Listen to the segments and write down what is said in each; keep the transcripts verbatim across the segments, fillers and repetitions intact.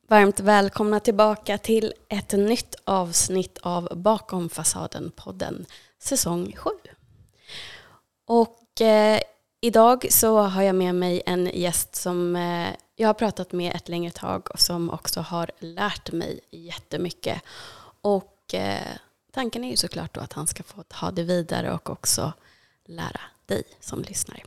Varmt välkomna tillbaka till ett nytt avsnitt av Bakom fasaden-podden, säsong sju. Och eh, idag så har jag med mig en gäst som eh, jag har pratat med ett längre tag och som också har lärt mig jättemycket. Och eh, tanken är ju såklart då att han ska få ta det vidare och också lära dig som lyssnar.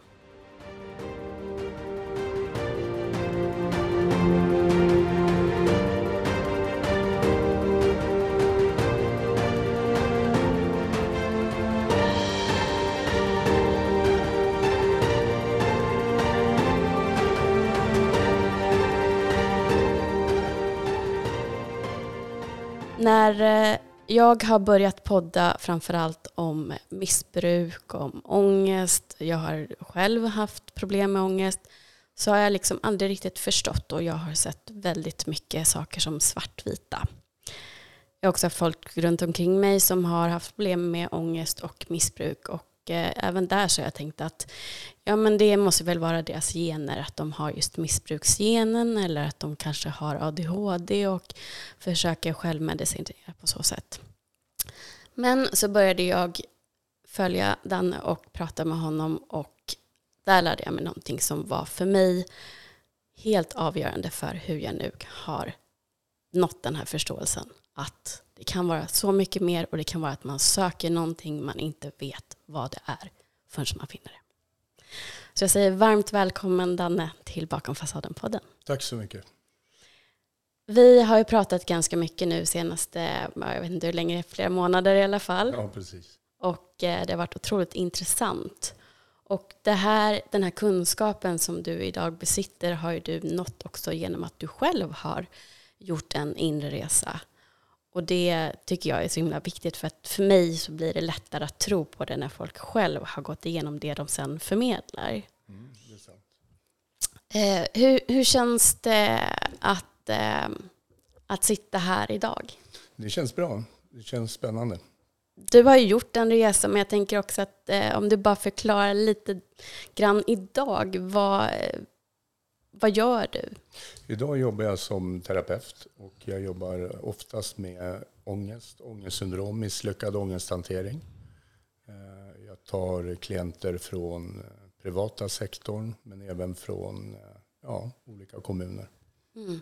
När jag har börjat podda framförallt om missbruk, om ångest, jag har själv haft problem med ångest, så har jag liksom aldrig riktigt förstått, och jag har sett väldigt mycket saker som svartvita. Jag har också haft folk runt omkring mig som har haft problem med ångest och missbruk, och eh, även där så har jag tänkt att ja, men det måste väl vara deras gener, att de har just missbruksgenen eller att de kanske har A D H D och försöker självmedicinera på så sätt. Men så började jag följa Danne och prata med honom, och där lärde jag mig någonting som var för mig helt avgörande för hur jag nu har nått den här förståelsen. Att det kan vara så mycket mer, och det kan vara att man söker någonting man inte vet vad det är förrän man finner det. Så jag säger varmt välkommen Danne till Bakom fasaden-podden. Tack så mycket. Vi har ju pratat ganska mycket nu senaste, jag vet inte hur länge, flera månader i alla fall. Ja, precis. Och det har varit otroligt intressant. Och det här, den här kunskapen som du idag besitter har ju du nått också genom att du själv har gjort en inre resa. Och det tycker jag är så himla viktigt, för att för mig så blir det lättare att tro på det när folk själv har gått igenom det de sen förmedlar. Mm, det är sant. Eh, hur, hur känns det att, eh, att sitta här idag? Det känns bra. Det känns spännande. Du har ju gjort en resa, men jag tänker också att eh, om du bara förklarar lite grann idag, vad, vad gör du? Idag jobbar jag som terapeut, och jag jobbar oftast med ångest, ångestsyndrom, misslyckad ångesthantering. Jag tar klienter från privata sektorn, men även från ja, olika kommuner. Mm.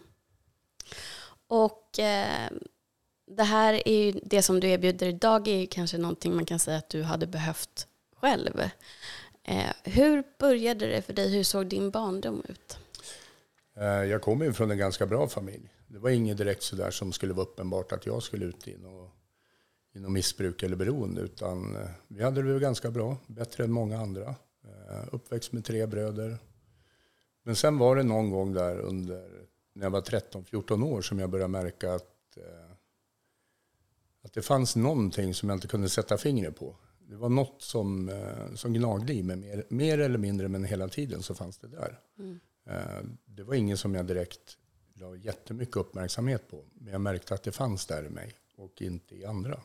Och eh, det här är ju, det som du erbjuder idag är ju kanske någonting man kan säga att du hade behövt själv. Eh, hur började det för dig? Hur såg din barndom ut? Jag kommer ju från en ganska bra familj. Det var inget direkt så där som skulle vara uppenbart att jag skulle ut i något, i något missbruk eller beroende, utan vi hade det ganska bra, bättre än många andra. Uppväxt med tre bröder. Men sen var det någon gång där under, när jag var tretton fjorton år, som jag började märka att, att det fanns någonting som jag inte kunde sätta fingret på. Det var något som, som gnagde i mig, mer, mer eller mindre, men hela tiden så fanns det där. Mm. Det var ingen som jag direkt la jättemycket uppmärksamhet på, men jag märkte att det fanns där i mig och inte i andra.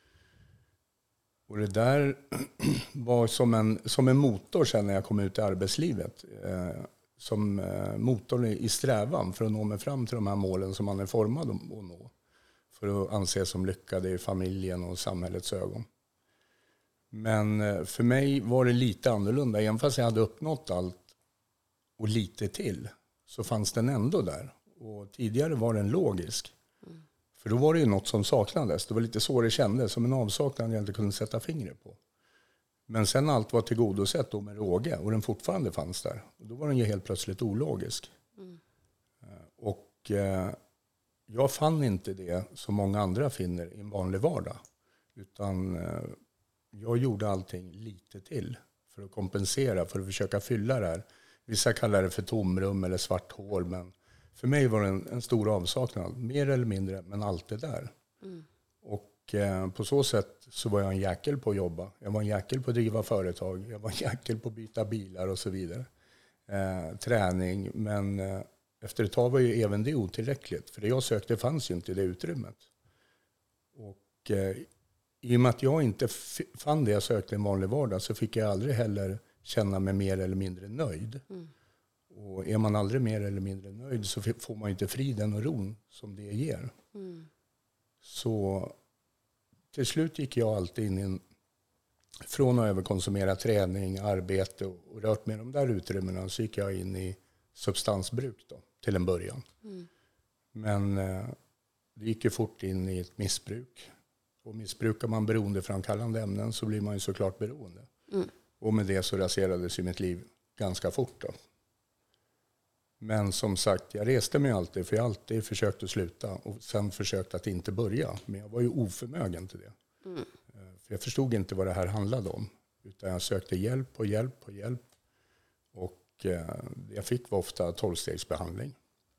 Och det där var som en, som en motor sen när jag kom ut i arbetslivet. Som motorn i strävan för att nå mig fram till de här målen som man är formad att nå. För att anses som lyckade i familjen och samhällets ögon. Men för mig var det lite annorlunda. Även fast jag hade uppnått allt och lite till, så fanns den ändå där. Och tidigare var den logisk. Mm. För då var det ju något som saknades. Det var lite så det kändes, som en avsaknad jag inte kunde sätta fingret på. Men sen allt var tillgodosett då med råge, och den fortfarande fanns där. Och då var den ju helt plötsligt ologisk. Mm. Och eh, jag fann inte det som många andra finner i en vanlig vardag. Utan eh, jag gjorde allting lite till för att kompensera, för att försöka fylla det här. Vissa kallar det för tomrum eller svart hål, men för mig var det en, en stor avsaknad. Mer eller mindre, men allt det där. Mm. Och eh, på så sätt så var jag en jäkel på att jobba. Jag var en jäkel på att driva företag. Jag var en jäkel på att byta bilar och så vidare. Eh, träning, men eh, efter ett tag var ju även det otillräckligt. För det jag sökte fanns ju inte i det utrymmet. Och eh, i och med att jag inte f- fann det jag sökte i en vanlig vardag, så fick jag aldrig heller känna mig mer eller mindre nöjd. Mm. Och är man aldrig mer eller mindre nöjd så får man inte friden och ron som det ger. Mm. Så till slut gick jag alltid in i en, från att överkonsumera träning, arbete och, och rört med de där utrymmena, så gick jag in i substansbruk då, till en början. Mm. Men eh, det gick ju fort in i ett missbruk. Och missbrukar man beroendeframkallande ämnen så blir man ju såklart beroende. Mm. Och med det så raserades ju mitt liv ganska fort då. Men som sagt, jag reste mig alltid, för jag alltid försökte sluta och sen försökte att inte börja. Men jag var ju oförmögen till det. Mm. För jag förstod inte vad det här handlade om. Utan jag sökte hjälp och hjälp och hjälp. Och eh, jag fick ofta tolvstegsbehandling.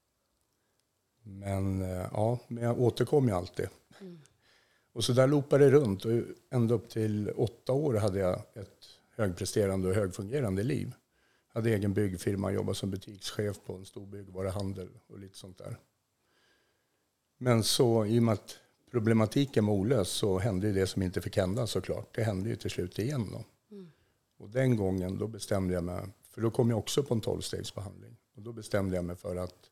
Men eh, ja, men jag återkom ju alltid. Mm. Och så där loopade det runt. Och ända upp till åtta år hade jag ett högpresterande och högfungerande liv. Jag hade egen byggfirma, jobbade som butikschef på en stor byggvaruhandel och lite sånt där. Men så i och med att problematiken var olöst så hände ju det som inte fick hända såklart. Det hände ju till slut igen då. Mm. Och den gången då bestämde jag mig, för då kom jag också på en tolvstegsbehandling. Och då bestämde jag mig för att,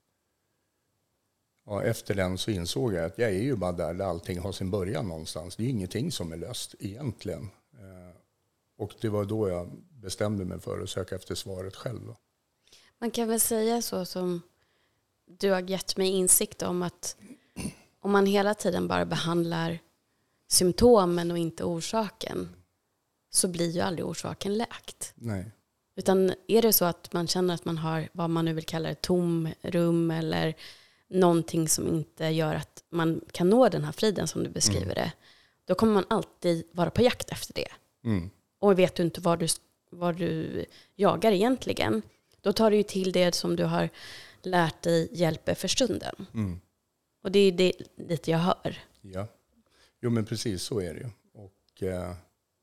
ja, efter den så insåg jag att jag är ju bara där, där allting har sin början någonstans. Det är ingenting som är löst egentligen. Och det var då jag bestämde mig för att söka efter svaret själv då. Man kan väl säga så som du har gett mig insikt om, att om man hela tiden bara behandlar symptomen och inte orsaken, så blir ju aldrig orsaken läkt. Nej. Utan är det så att man känner att man har, vad man nu vill kalla det, tomrum eller någonting som inte gör att man kan nå den här friden som du beskriver mm. det, då kommer man alltid vara på jakt efter det. Mm. Och vet du inte vad du, vad du jagar egentligen, då tar du ju till det som du har lärt dig hjälper för stunden. Mm. Och det är det lite jag hör. Ja, jo men precis så är det ju. Och eh,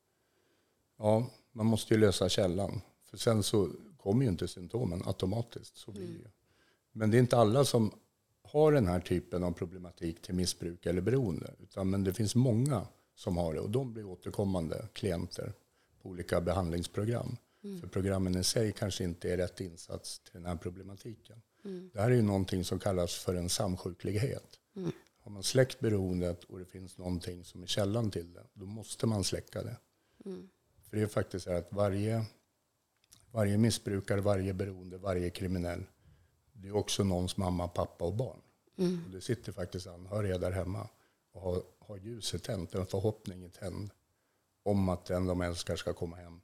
ja, man måste ju lösa källan. För sen så kommer ju inte symptomen automatiskt. Så blir det ju. Mm. Men det är inte alla som har den här typen av problematik till missbruk eller beroende. Utan, men det finns många som har det, och de blir återkommande klienter på olika behandlingsprogram. Mm. För programmen i sig kanske inte är rätt insats till den här problematiken. Mm. Det här är ju någonting som kallas för en samsjuklighet. Mm. Har man släckt beroendet och det finns någonting som är källan till det, då måste man släcka det. Mm. För det är faktiskt så att varje, varje missbrukare, varje beroende, varje kriminell, det är också någons mamma, pappa och barn. Mm. Och det sitter faktiskt anhöriga där hemma och har, har ljuset tänt, en förhoppning tänd om att den de älskar ska komma hem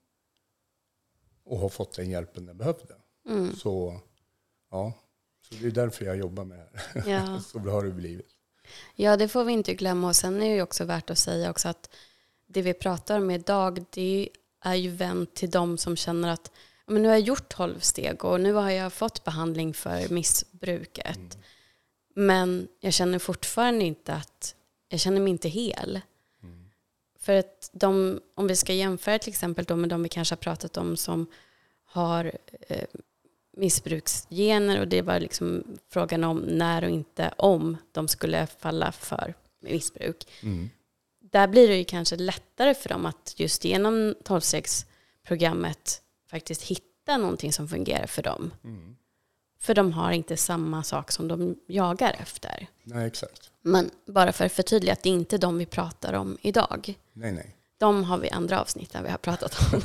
och ha fått den hjälpen den behövde. Mm. Så ja, så det är därför jag jobbar med det här. Ja. Så har det blivit. Ja, det får vi inte glömma. Och sen är det ju också värt att säga också att det vi pratar om idag, det är ju vänt till de som känner att men nu har jag gjort tolv steg och nu har jag fått behandling för missbruket. Mm. Men jag känner fortfarande inte att jag känner mig inte hel. Mm. För att de, om vi ska jämföra till exempel då med de vi kanske har pratat om som har eh, missbruksgener, och det var liksom frågan om när och inte om de skulle falla för missbruk. Mm. Där blir det ju kanske lättare för dem att just genom tolvstegsprogrammet faktiskt hitta någonting som fungerar för dem. Mm. För de har inte samma sak som de jagar efter. Nej, exakt. Men bara för att förtydliga att det är inte de vi pratar om idag. Nej, nej. De har vi andra avsnitt där vi har pratat om.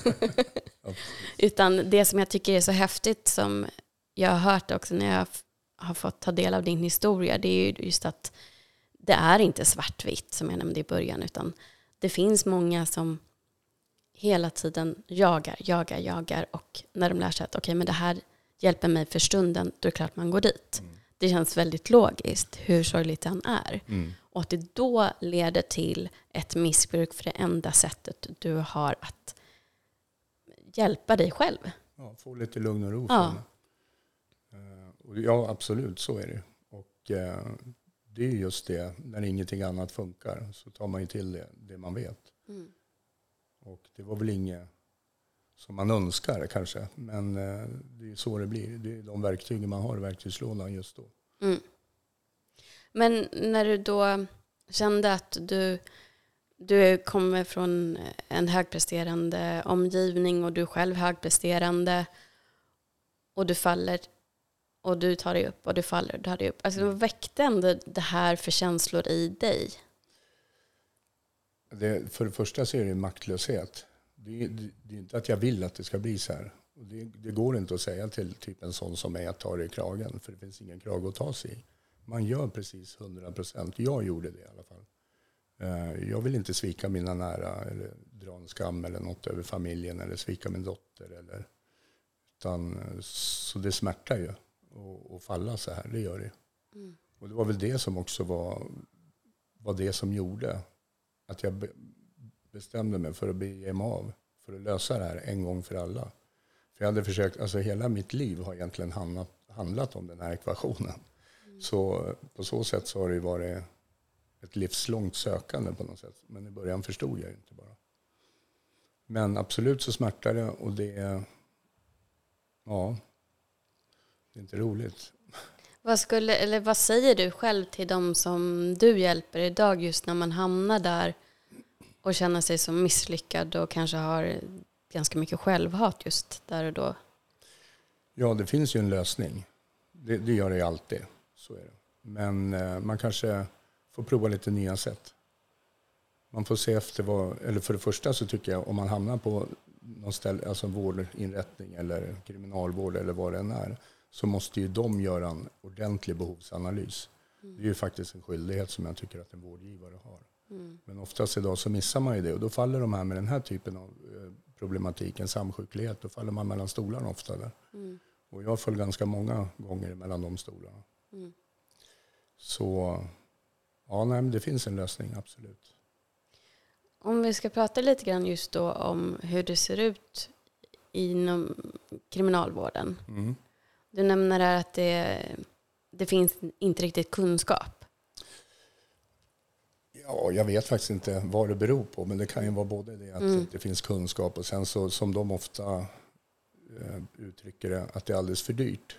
Utan det som jag tycker är så häftigt, som jag har hört också när jag har fått ta del av din historia, det är ju just att det är inte svartvitt som jag nämnde i början, utan det finns många som hela tiden jagar, jagar, jagar, och när de lär sig att okej, okay, men det här hjälper mig för stunden, då är det klart man går dit. Mm. Det känns väldigt logiskt hur sorgligt den är. Mm. Och att det då leder till ett missbruk, för det enda sättet du har att hjälpa dig själv. Ja, få lite lugn och ro. Ja, uh, ja absolut, så är det. Och uh, det är just det, när ingenting annat funkar så tar man ju till det, det man vet. Mm. Och det var väl inget som man önskar kanske, men uh, det är så det blir. Det är de verktyg man har i verktygslådan just då. Mm. Men när du då kände att du, du kommer från en högpresterande omgivning och du är själv högpresterande och du faller och du tar dig upp och du faller och du tar dig upp. Alltså vad väckte ändå det här för känslor i dig? Det, för det första så är det maktlöshet. Det, det, det är inte att jag vill att det ska bli så här. Och det, det går inte att säga till typ en sån som mig att ta det i kragen. För det finns ingen krag att ta sig i. Man gör precis hundra procent. Jag gjorde det i alla fall. Jag vill inte svika mina nära eller dra en skam eller något över familjen eller svika min dotter. Eller, utan, så det smärtar ju att falla så här, det gör det. Mm. Och det var väl det som också var, var det som gjorde att jag be, bestämde mig för att bege mig av. För att lösa det här en gång för alla. För jag hade försökt, alltså hela mitt liv har egentligen handlat, handlat om den här ekvationen. Mm. Så på så sätt så har det varit ett livslångt sökande på något sätt. Men i början förstod jag inte bara. Men absolut så smärtar det och det är, ja, det är inte roligt. Vad, skulle, eller vad säger du själv till de som du hjälper idag just när man hamnar där och känner sig som misslyckad och kanske har ganska mycket självhat just där och då? Ja, det finns ju en lösning. Det, det gör det ju alltid. Så är det. Men eh, man kanske får prova lite nya sätt. Man får se efter vad, eller för det första så tycker jag om man hamnar på någon ställe, alltså en vårdinrättning eller kriminalvård eller vad det än är, så måste ju de göra en ordentlig behovsanalys. Mm. Det är ju faktiskt en skyldighet som jag tycker att en vårdgivare har. Mm. Men oftast idag så missar man ju det och då faller de här med den här typen av problematik, en samsjuklighet, då faller man mellan stolarna ofta där. Mm. Och jag föll ganska många gånger mellan de stolarna. Mm. Så ja, nej, men det finns en lösning, absolut. Om vi ska prata lite grann just då om hur det ser ut inom kriminalvården. Mm. Du nämner där att det, det finns inte riktigt kunskap. Ja, jag vet faktiskt inte vad det beror på. Men det kan ju vara både det att mm. det finns kunskap och sen så som de ofta eh, uttrycker det, att det är alldeles för dyrt.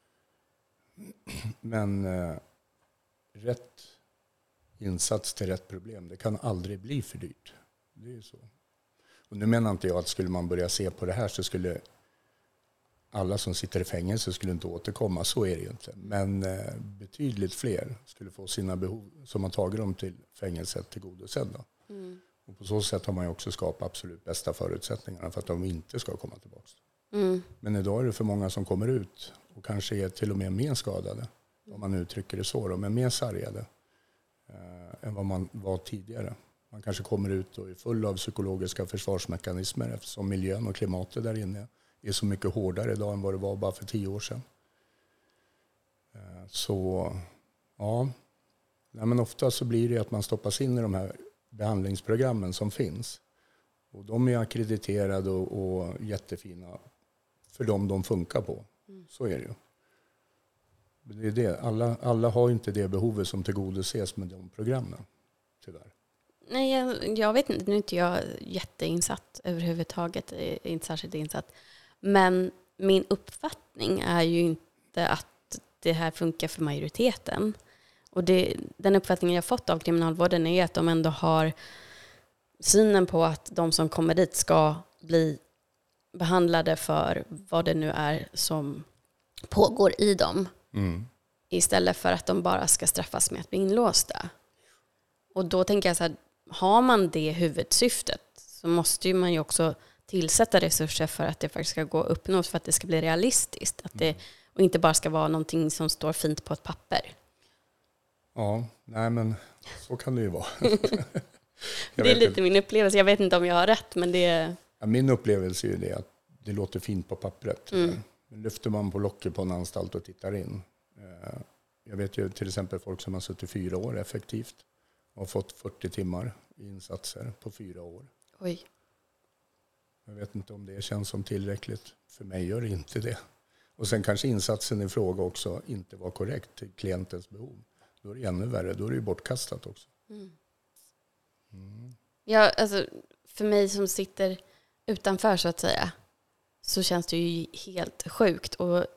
Men eh, rätt insats till rätt problem, det kan aldrig bli för dyrt. Det är ju så. Och nu menar inte jag att skulle man börja se på det här så skulle alla som sitter i fängelse skulle inte återkomma. Så är det ju inte. Men eh, betydligt fler skulle få sina behov som man tagit dem till fängelset tillgodosedda. Mm. Och på så sätt har man ju också skapat absolut bästa förutsättningarna för att de inte ska komma tillbaka. Mm. Men idag är det för många som kommer ut och kanske är till och med mer skadade. Om man uttrycker det så. De är mer sargade eh, än vad man var tidigare. Man kanske kommer ut och är full av psykologiska försvarsmekanismer eftersom miljön och klimatet där inne är så mycket hårdare idag än vad det var bara för tio år sedan. Så ja, nej, men ofta så blir det att man stoppas in i de här behandlingsprogrammen som finns. Och de är akkrediterade och, och jättefina för dem de funkar på. Mm. Så är det ju. Det är det. Alla, alla har inte det behovet som tillgodoses med de programmen, tyvärr. Nej, jag, jag vet inte. Nu är inte jag jätteinsatt överhuvudtaget. Är inte särskilt insatt. Men min uppfattning är ju inte att det här funkar för majoriteten. Och det, den uppfattningen jag fått av kriminalvården är att de ändå har synen på att de som kommer dit ska bli behandlade för vad det nu är som pågår i dem. Mm. Istället för att de bara ska straffas med att bli inlåsta. Och då tänker jag så här, har man det huvudsyftet så måste ju man ju också tillsätta resurser för att det faktiskt ska gå att uppnå, för att det ska bli realistiskt. Att det, och inte bara ska vara någonting som står fint på ett papper. Ja, nej men så kan det ju vara. Det är lite inte. Min upplevelse. Jag vet inte om jag har rätt, men det är... Ja, min upplevelse är ju det att det låter fint på pappret. Mm. Men lyfter man på locket på en anstalt och tittar in. Jag vet ju till exempel folk som har suttit fyra år effektivt och har fått fyrtio timmar i insatser på fyra år. Oj. Jag vet inte om det känns som tillräckligt. För mig gör det inte det. Och sen kanske insatsen i fråga också inte var korrekt till klientens behov. Då är det ännu värre. Då är det ju bortkastat också. Mm. Mm. Ja, alltså för mig som sitter utanför så att säga så känns det ju helt sjukt. Och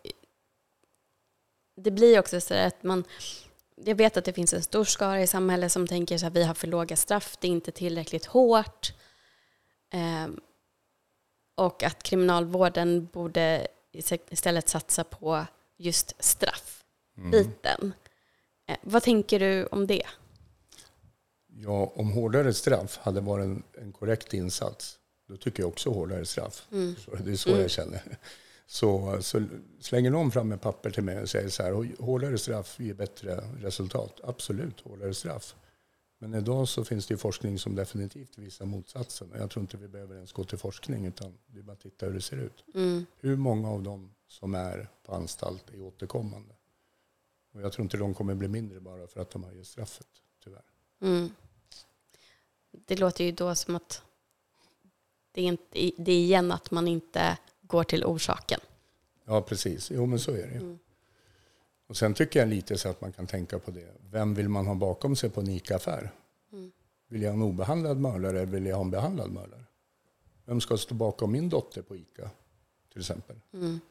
det blir också så att man... Jag vet att det finns en stor skara i samhället som tänker så att vi har för låga straff. Det är inte tillräckligt hårt. Um, Och att kriminalvården borde istället satsa på just straffbiten. Mm. Eh, vad tänker du om det? Ja, om hårdare straff hade varit en, en korrekt insats, då tycker jag också hårdare straff. Mm. Det är så mm. jag känner. Så, så slänger någon fram ett papper till mig och säger så här, hårdare straff ger bättre resultat. Absolut, hårdare straff. Men idag så finns det ju forskning som definitivt visar motsatsen. Jag tror inte vi behöver ens gå till forskning, utan det är bara att titta hur det ser ut. Mm. Hur många av dem som är på anstalt är återkommande? Och jag tror inte de kommer bli mindre bara för att de höjer straffet, tyvärr. Mm. Det låter ju då som att det är, inte, det är igen att man inte går till orsaken. Ja, precis. Jo, men så är det ju. Mm. Och sen tycker jag lite så att man kan tänka på det. Vem vill man ha bakom sig på en ICA-affär? Mm. Vill jag ha en obehandlad mördare eller vill jag ha en behandlad mördare? Vem ska stå bakom min dotter på ICA, till exempel? Mm.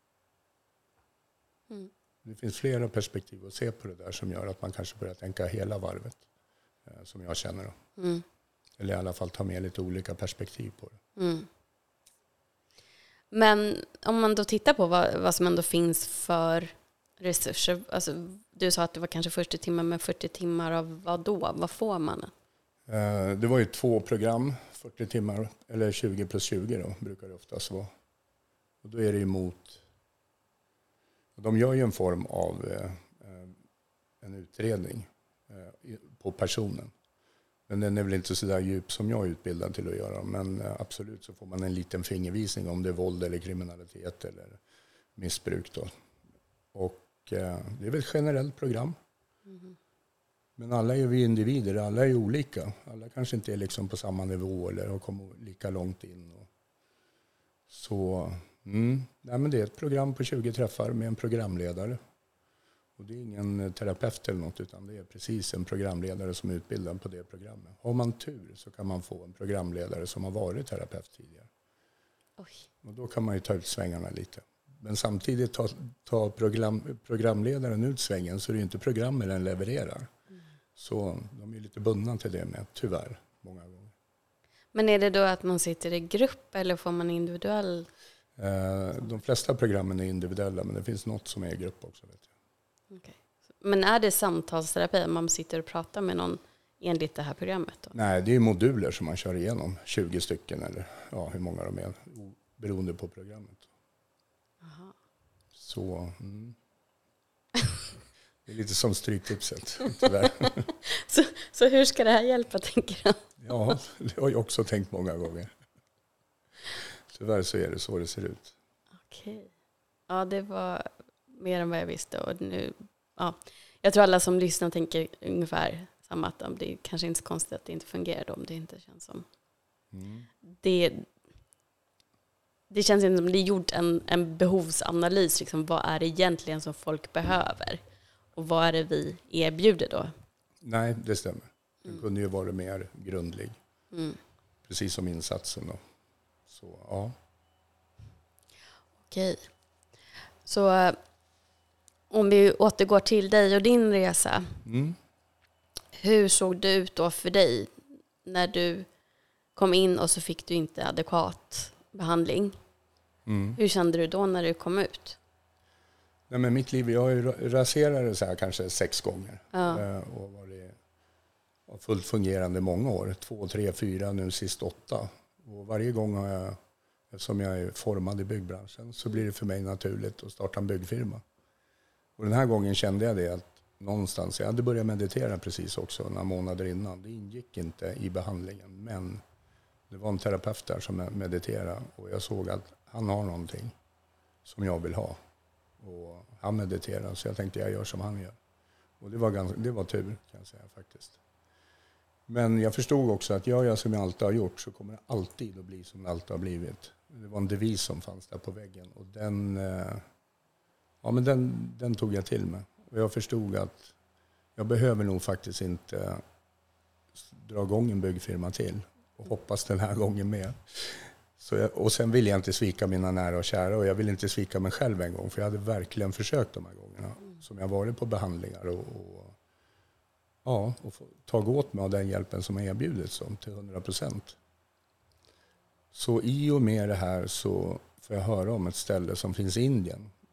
Mm. Det finns flera perspektiv att se på det där som gör att man kanske börjar tänka hela varvet, eh, som jag känner då. Mm. Eller i alla fall ta med lite olika perspektiv på det. Mm. Men om man då tittar på vad, vad som ändå finns för resurser. Alltså, du sa att det var kanske fyrtio timmar, men fyrtio timmar av vad då? Vad får man? Eh, det var ju två program, fyrtio timmar, eller tjugo plus tjugo då, brukar det oftast vara. Och då är det emot... De gör ju en form av eh, en utredning eh, på personen. Men den är väl inte så där djup som jag är utbildad till att göra. Men eh, absolut så får man en liten fingervisning om det är våld eller kriminalitet eller missbruk då. Och eh, det är väl ett generellt program. Mm. Men alla är vi individer, alla är olika. Alla kanske inte är liksom på samma nivå eller har kommit lika långt in. Och så... Mm. Nej, men det är ett program på tjugo träffar med en programledare. Och det är ingen terapeut eller något, utan det är precis en programledare som är utbildad på det programmet. Har man tur så kan man få en programledare som har varit terapeut tidigare. Oj. Och då kan man ju ta ut svängarna lite. Men samtidigt tar ta program, programledaren ut svängen så är det ju inte programmet den levererar. Mm. Så de är lite bundna till det med, tyvärr, många gånger. Men är det då att man sitter i grupp eller får man individuell... De flesta programmen är individuella, men det finns något som är i grupp också. Vet jag. Okay. Men är det samtalsterapi? Man sitter och pratar med någon enligt det här programmet? Då? Nej, det är moduler som man kör igenom. tjugo stycken eller ja, hur många de är. Beroende på programmet. Aha. Så... Mm. Det är lite som Stryktipset, tyvärr. så, så hur ska det här hjälpa, tänker jag? Ja, det har jag också tänkt många gånger. Tyvärr så är det så det ser ut. Okej. Ja, det var mer än vad jag visste. Och nu, ja, jag tror alla som lyssnar tänker ungefär samma. Att det är kanske inte så konstigt att det inte fungerar om det inte känns som... Mm. Det, det känns inte som det är gjort en, en behovsanalys. Liksom, vad är det egentligen som folk behöver? Och vad är det vi erbjuder då? Nej, det stämmer. Den mm. kunde ju vara mer grundlig. Mm. Precis som insatsen då. Så, ja. Okej. Så om vi återgår till dig och din resa. Mm. Hur såg det ut då för dig när du kom in och så fick du inte adekvat behandling? Mm. Hur kände du då när du kom ut? Nej, men mitt liv, jag har ju raserat så här kanske sex gånger. Ja. Och varit fullt fungerande många år. Två, tre, fyra, nu sist åtta. Och varje gång har jag, eftersom jag är formad i byggbranschen, så blir det för mig naturligt att starta en byggfirma. Och den här gången kände jag det att någonstans, jag hade börjat meditera precis också några månader innan. Det ingick inte i behandlingen, men det var en terapeut där som mediterade. Och jag såg att han har någonting som jag vill ha. Och han mediterar, så jag tänkte jag gör som han gör. Och det var, ganska, det var tur, kan jag säga faktiskt. Men jag förstod också att gör jag som jag alltid har gjort så kommer det alltid att bli som det alltid har blivit. Det var en devis som fanns där på väggen. Och den, ja, men den, den tog jag till mig. Och jag förstod att jag behöver nog faktiskt inte dra igång en byggfirma till. Och hoppas den här gången med. Så jag, och sen vill jag inte svika mina nära och kära. Och jag vill inte svika mig själv en gång. För jag hade verkligen försökt de här gångerna. Som jag varit på behandlingar och... och Ja, och få ta åt mig av den hjälpen som har erbjudits om till hundra procent. Så i och med det här så får jag höra om ett ställe som finns i Indien.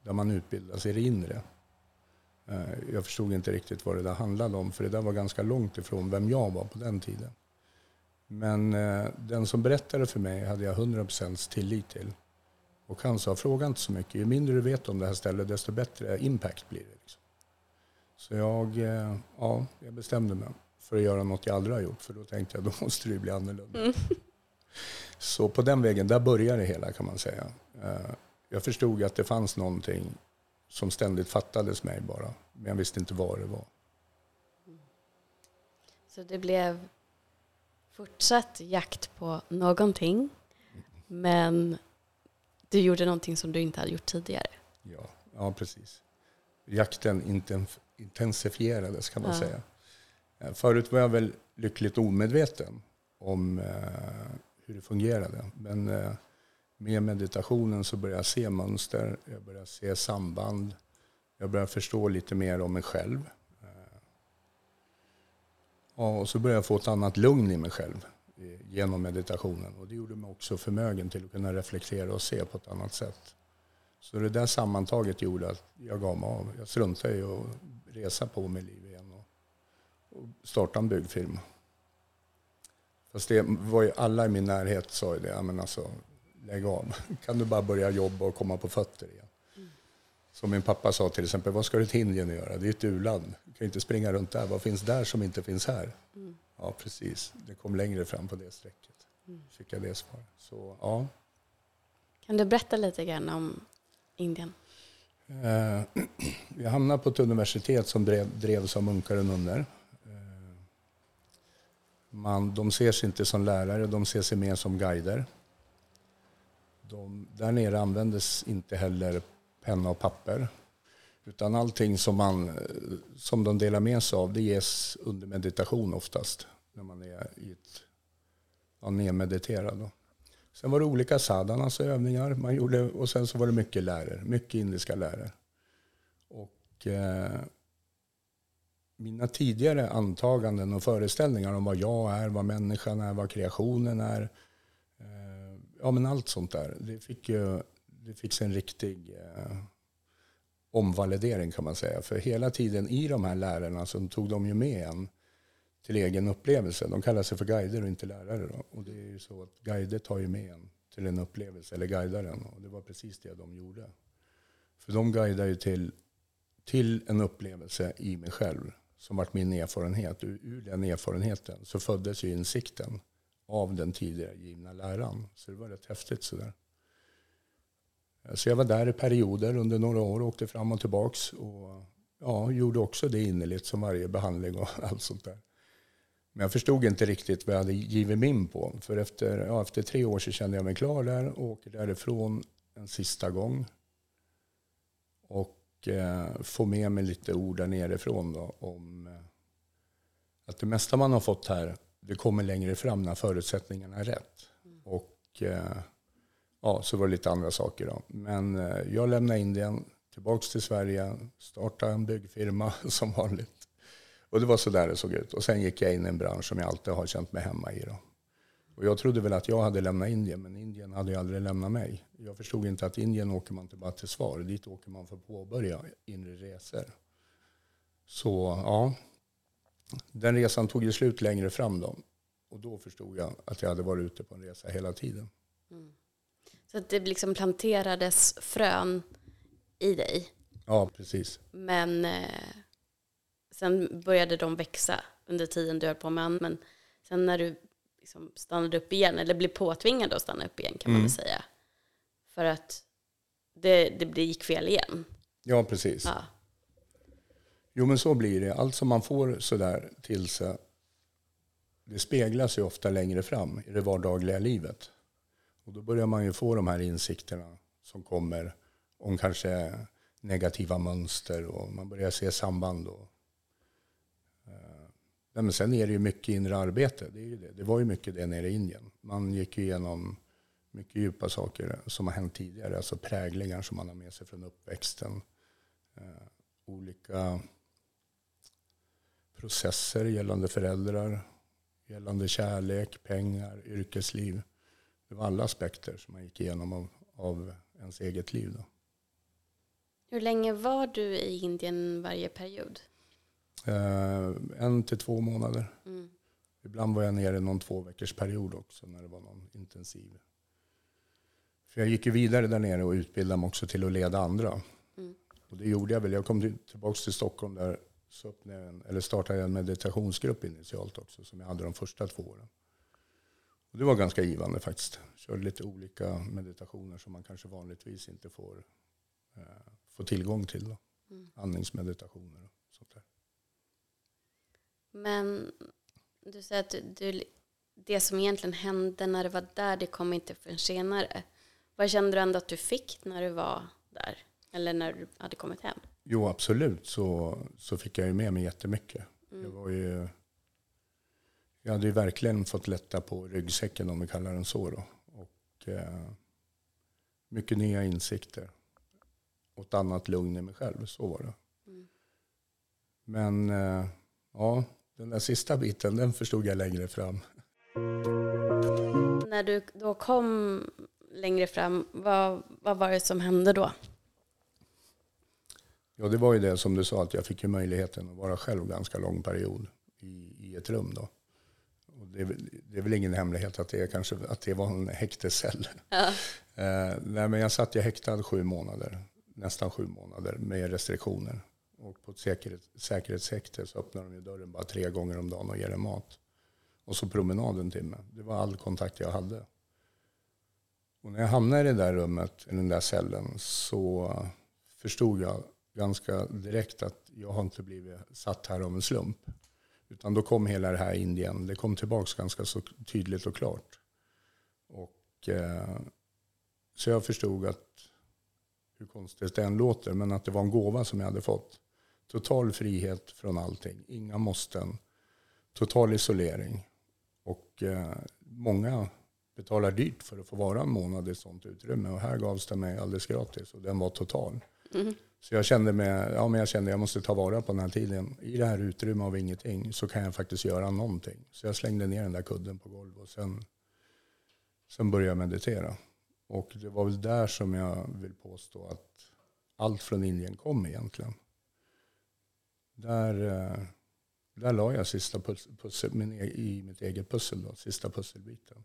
där man utbildas i det inre. Jag förstod inte riktigt vad det där handlade om, för det där var ganska långt ifrån vem jag var på den tiden. Men den som berättade för mig hade jag hundra procent tillit till. Och han sa, fråga inte så mycket. Ju mindre du vet om det här stället, desto bättre impact blir det. Liksom. Så jag, ja, jag bestämde mig för att göra något jag aldrig har gjort. För då tänkte jag, då måste det bli annorlunda. Mm. Så på den vägen, där började det hela kan man säga. Jag förstod att det fanns någonting som ständigt fattades mig bara. Men jag visste inte vad det var. Så det blev fortsatt jakt på någonting. Men du gjorde någonting som du inte hade gjort tidigare. Ja, ja precis. Jakten intensifierades kan man ja. säga. Förut var jag väl lyckligt omedveten om eh, hur det fungerade. Men eh, med meditationen så började jag se mönster. Jag började se samband. Jag började förstå lite mer om mig själv. Eh, och så började jag få ett annat lugn i mig själv genom meditationen. Och det gjorde mig också förmögen till att kunna reflektera och se på ett annat sätt. Så det där sammantaget gjorde att jag gav mig av. Jag struntade i att resa på mig liv igen och, och starta en byggfirma. Fast det var ju alla i min närhet sa ju det. Ja, men alltså, lägg av. Kan du bara börja jobba och komma på fötter igen? Mm. Som min pappa sa till exempel, vad ska du till Indien göra? Det är ett u-land. Du kan inte springa runt där. Vad finns där som inte finns här? Mm. Ja, precis. Det kom längre fram på det sträcket. Mm. Fick jag det svar. Så, ja. Kan du berätta lite grann om Indien? Eh, jag hamnade på ett universitet som drev, drevs av munkar och nunnor. Eh, man, de ses inte som lärare, de ser sig mer som guider. De, där nere användes inte heller penna och papper. Utan allting som, man, som de delar med sig av, det ges under meditation oftast. När man är i ett, ja, nedmediterad. Då. Sen var det olika sadhanas och övningar man gjorde. Och sen så var det mycket lärare, mycket indiska lärare. Och eh, mina tidigare antaganden och föreställningar om vad jag är, vad människan är, vad kreationen är. Eh, ja men allt sånt där. Det fick ju det fick en riktig... Eh, omvalidering kan man säga. För hela tiden i de här lärarna så tog de ju med en till egen upplevelse. De kallar sig för guider och inte lärare. Då. Och det är ju så att guider tar ju med en till en upplevelse, eller guidar den. Och det var precis det de gjorde. För de guidar ju till, till en upplevelse i mig själv som varit min erfarenhet. Ur, ur den erfarenheten så föddes ju insikten av den tidigare givna läran. Så det var rätt häftigt sådär. Så jag var där i perioder under några år och åkte fram och tillbaks. Och ja, gjorde också det innerligt som varje behandling och allt sånt där. Men jag förstod inte riktigt vad jag hade givit mig in på. För efter, ja, efter tre år så kände jag mig klar där och åker därifrån en sista gång. Och eh, få med mig lite ord där nerifrån då, om eh, att det mesta man har fått här, det kommer längre fram när förutsättningarna är rätt. Mm. Och... Eh, Ja, så var det lite andra saker då. Men eh, jag lämnade Indien, tillbaks till Sverige, startade en byggfirma som vanligt. Och det var så där det såg ut. Och sen gick jag in i en bransch som jag alltid har känt mig hemma i då. Och jag trodde väl att jag hade lämnat Indien, men Indien hade ju aldrig lämnat mig. Jag förstod inte att Indien åker man inte bara till svar, dit åker man för att påbörja inre resor. Så ja, den resan tog ju slut längre fram då. Och då förstod jag att jag hade varit ute på en resa hela tiden. Mm. Så att det liksom planterades frön i dig. Ja, precis. Men eh, sen började de växa under tiden du höll på med. Men sen när du liksom stannade upp igen, eller blev påtvingad att stanna upp igen kan mm. man väl säga. För att det, det, det gick fel igen. Ja, precis. Ja. Jo, men så blir det. Allt som man får sådär till sig, det speglas ju ofta längre fram i det vardagliga livet. Och då börjar man ju få de här insikterna som kommer om kanske negativa mönster och man börjar se samband. Och, eh, men sen är det ju mycket inre arbete. Det, är ju det. det var ju mycket det nere i Indien. Man gick ju igenom mycket djupa saker som har hänt tidigare. Alltså präglingar som man har med sig från uppväxten. Eh, olika processer gällande föräldrar, gällande kärlek, pengar, yrkesliv. Det var alla aspekter som man gick igenom av, av ens eget liv då. Hur länge var du i Indien varje period? Eh, en till två månader. Mm. Ibland var jag nere någon två veckors period också när det var någon intensiv. För jag gick ju vidare där nere och utbildade mig också till att leda andra. Mm. Och det gjorde jag väl. Jag kom till, tillbaka till Stockholm där så öppnade jag en, eller startade jag en meditationsgrupp initialt också som jag hade de första två åren. Och det var ganska givande faktiskt. Jag körde lite olika meditationer som man kanske vanligtvis inte får, eh, får tillgång till. Då. Mm. Andningsmeditationer och sånt där. Men du säger att du, det som egentligen hände när du var där, det kom inte förrän senare. Vad kände du ändå att du fick när du var där? Eller när du hade kommit hem? Jo, absolut. Så, så fick jag ju med mig jättemycket. Mm. Jag var ju... Jag hade ju verkligen fått lätta på ryggsäcken, om vi kallar den så då. Och eh, mycket nya insikter. Och ett annat lugn i mig själv, så var det. Mm. Men eh, ja, den där sista biten, den förstod jag längre fram. När du då kom längre fram, vad, vad var det som hände då? Ja, det var ju det som du sa, att jag fick ju möjligheten att vara själv ganska lång period i, i ett rum då. Och det, det är väl ingen hemlighet att det, kanske, att det var en häktescell. Ja. eh, nej, men jag satt ju häktad sju månader, nästan sju månader med restriktioner. Och på ett säkerhet, säkerhetshäkte så öppnar de ju dörren bara tre gånger om dagen och ger en mat. Och så promenaden till mig. Det var all kontakt jag hade. Och när jag hamnade i det där rummet, i den där cellen, så förstod jag ganska direkt att jag har inte blivit satt här av en slump. Utan då kom hela det här Indien. Det kom tillbaka ganska så tydligt och klart. Och, eh, så jag förstod att, hur konstigt det än låter, men att det var en gåva som jag hade fått. Total frihet från allting. Inga måsten. Total isolering. Och eh, många betalar dyrt för att få vara en månad i ett sånt utrymme. Och här gavs det mig alldeles gratis. Och den var total. Mm. Så jag kände mig, ja, men jag kände att jag måste ta vara på den här tiden. I det här utrymmet av ingenting så kan jag faktiskt göra någonting. Så jag slängde ner den där kudden på golvet. Och sen, sen började jag meditera. Och det var väl där som jag vill påstå att allt från Indien kom egentligen. Där, där la jag sista pussel, pussel min, i mitt eget pussel då, sista pusselbiten.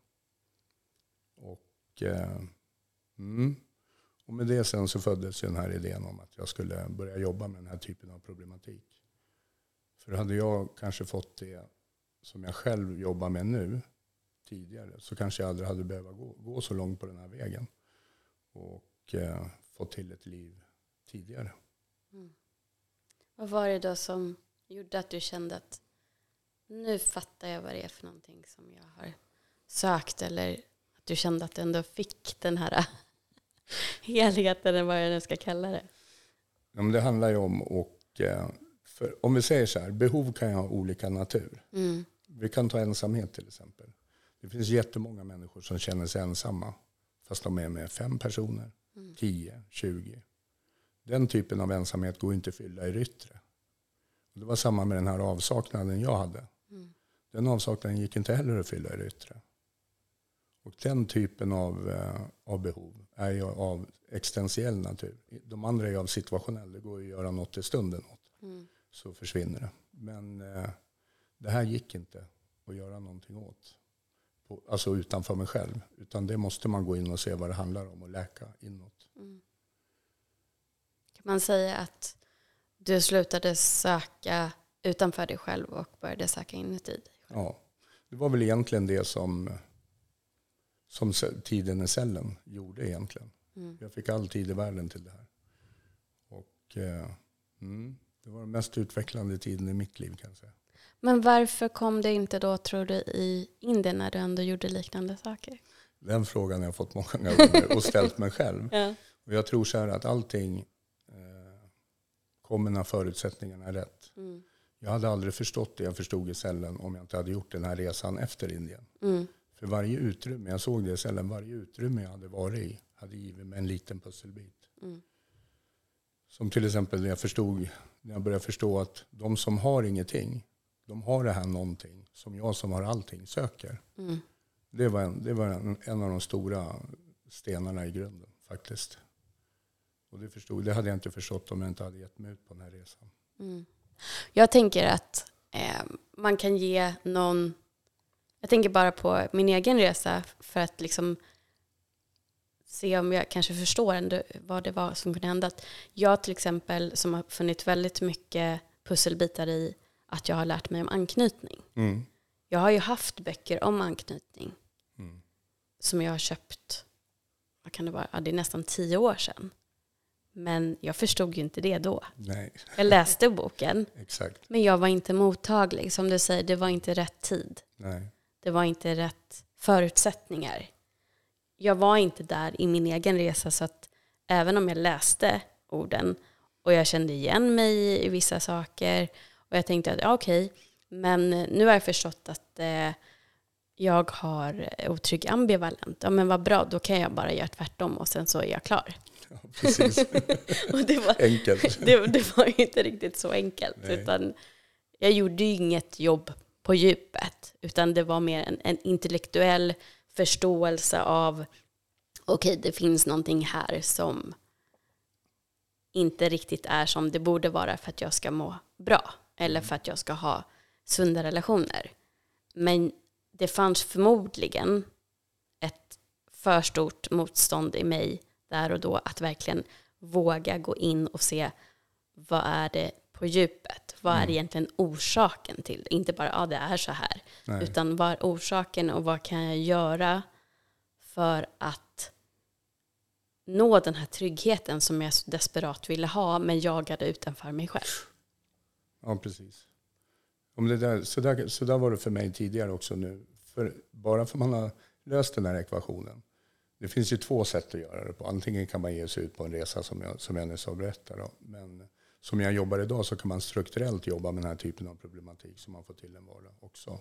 Och, eh, mm. och med det sen så föddes den här idén om att jag skulle börja jobba med den här typen av problematik. För hade jag kanske fått det som jag själv jobbar med nu tidigare, så kanske jag aldrig hade behövt gå, gå så långt på den här vägen. Och eh, få till ett liv tidigare. Mm. Vad var det då som gjorde att du kände att nu fattar jag vad det är för någonting som jag har sökt, eller att du kände att du ändå fick den här helheten, eller vad jag nu ska kalla det? Ja, men det handlar ju om, och, för, om vi säger så här, behov kan ju ha olika natur. Mm. Vi kan ta ensamhet till exempel. Det finns jättemånga människor som känner sig ensamma, fast de är med fem personer, mm. tio, tjugo. Den typen av ensamhet går inte att fylla i det yttre. Det var samma med den här avsaknaden jag hade. Mm. Den avsaknaden gick inte heller att fylla i det yttre. Och den typen av, eh, av behov är ju av existentiell natur. De andra är av situationell. Det går ju att göra något i stunden åt. Mm. Så försvinner det. Men eh, det här gick inte att göra någonting åt. På, alltså utanför mig själv. Utan det måste man gå in och se vad det handlar om och läka inåt. Mm. Kan man säga att du slutade söka utanför dig själv och började söka inuti dig själv? Ja, det var väl egentligen det som, som tiden i cellen gjorde egentligen. Mm. Jag fick all tid i världen till det här. Och eh, mm, det var den mest utvecklande tiden i mitt liv, kan jag säga. Men varför kom det inte då, tror du, i Indien när du ändå gjorde liknande saker? Den frågan har jag fått många gånger och ställt mig själv. Ja. Och jag tror så här att allting kommer när förutsättningarna är rätt. Mm. Jag hade aldrig förstått det jag förstod i cellen om jag inte hade gjort den här resan efter Indien. Mm. För varje utrymme, jag såg det i cellen, varje utrymme jag hade varit i hade givit mig en liten pusselbit. Mm. Som till exempel när jag förstod, när jag började förstå att de som har ingenting, de har det här någonting som jag som har allting söker. Mm. Det var, en, det var en, en av de stora stenarna i grunden faktiskt. Och det, förstod, det hade jag inte förstått om jag inte hade gett mig ut på den här resan. Mm. Jag tänker att eh, man kan ge någon... Jag tänker bara på min egen resa för att liksom se om jag kanske förstår ändå vad det var som kunde hända. Att jag till exempel, som har funnit väldigt mycket pusselbitar i att jag har lärt mig om anknytning. Mm. Jag har ju haft böcker om anknytning Mm. som jag har köpt, vad kan det vara, ja, det är nästan tio år sedan. Men jag förstod ju inte det då. Nej. Jag läste boken, Exakt. men jag var inte mottaglig. Som du säger, det var inte rätt tid. Nej. Det var inte rätt förutsättningar. Jag var inte där i min egen resa, så att även om jag läste orden och jag kände igen mig i vissa saker och jag tänkte att ja, okej, men nu har jag förstått att eh, jag har otrygg ambivalent. Ja, men vad bra, då kan jag bara göra tvärtom och sen så är jag klar. Ja, precis. Och det var, Enkelt. Det, det var ju inte riktigt så enkelt. Nej. Utan jag gjorde ju inget jobb på djupet. Utan det var mer en, en intellektuell förståelse av okej, okay, det finns någonting här som inte riktigt är som det borde vara för att jag ska må bra. Eller för att jag ska ha sunda relationer. Men det fanns förmodligen ett för stort motstånd i mig där och då att verkligen våga gå in och se vad är det på djupet? Vad är egentligen orsaken till det? Inte bara, ja, det är så här. Nej. Utan vad är orsaken och vad kan jag göra för att nå den här tryggheten som jag så desperat ville ha men jagade utanför mig själv. Ja, precis. Om det där, så, där, så där var det för mig tidigare också nu. För bara för man har löst den här ekvationen. Det finns ju två sätt att göra det på. Antingen kan man ge sig ut på en resa som jag, som jag nyss har berättat om. Men som jag jobbar idag så kan man strukturellt jobba med den här typen av problematik som man får till en vardag också.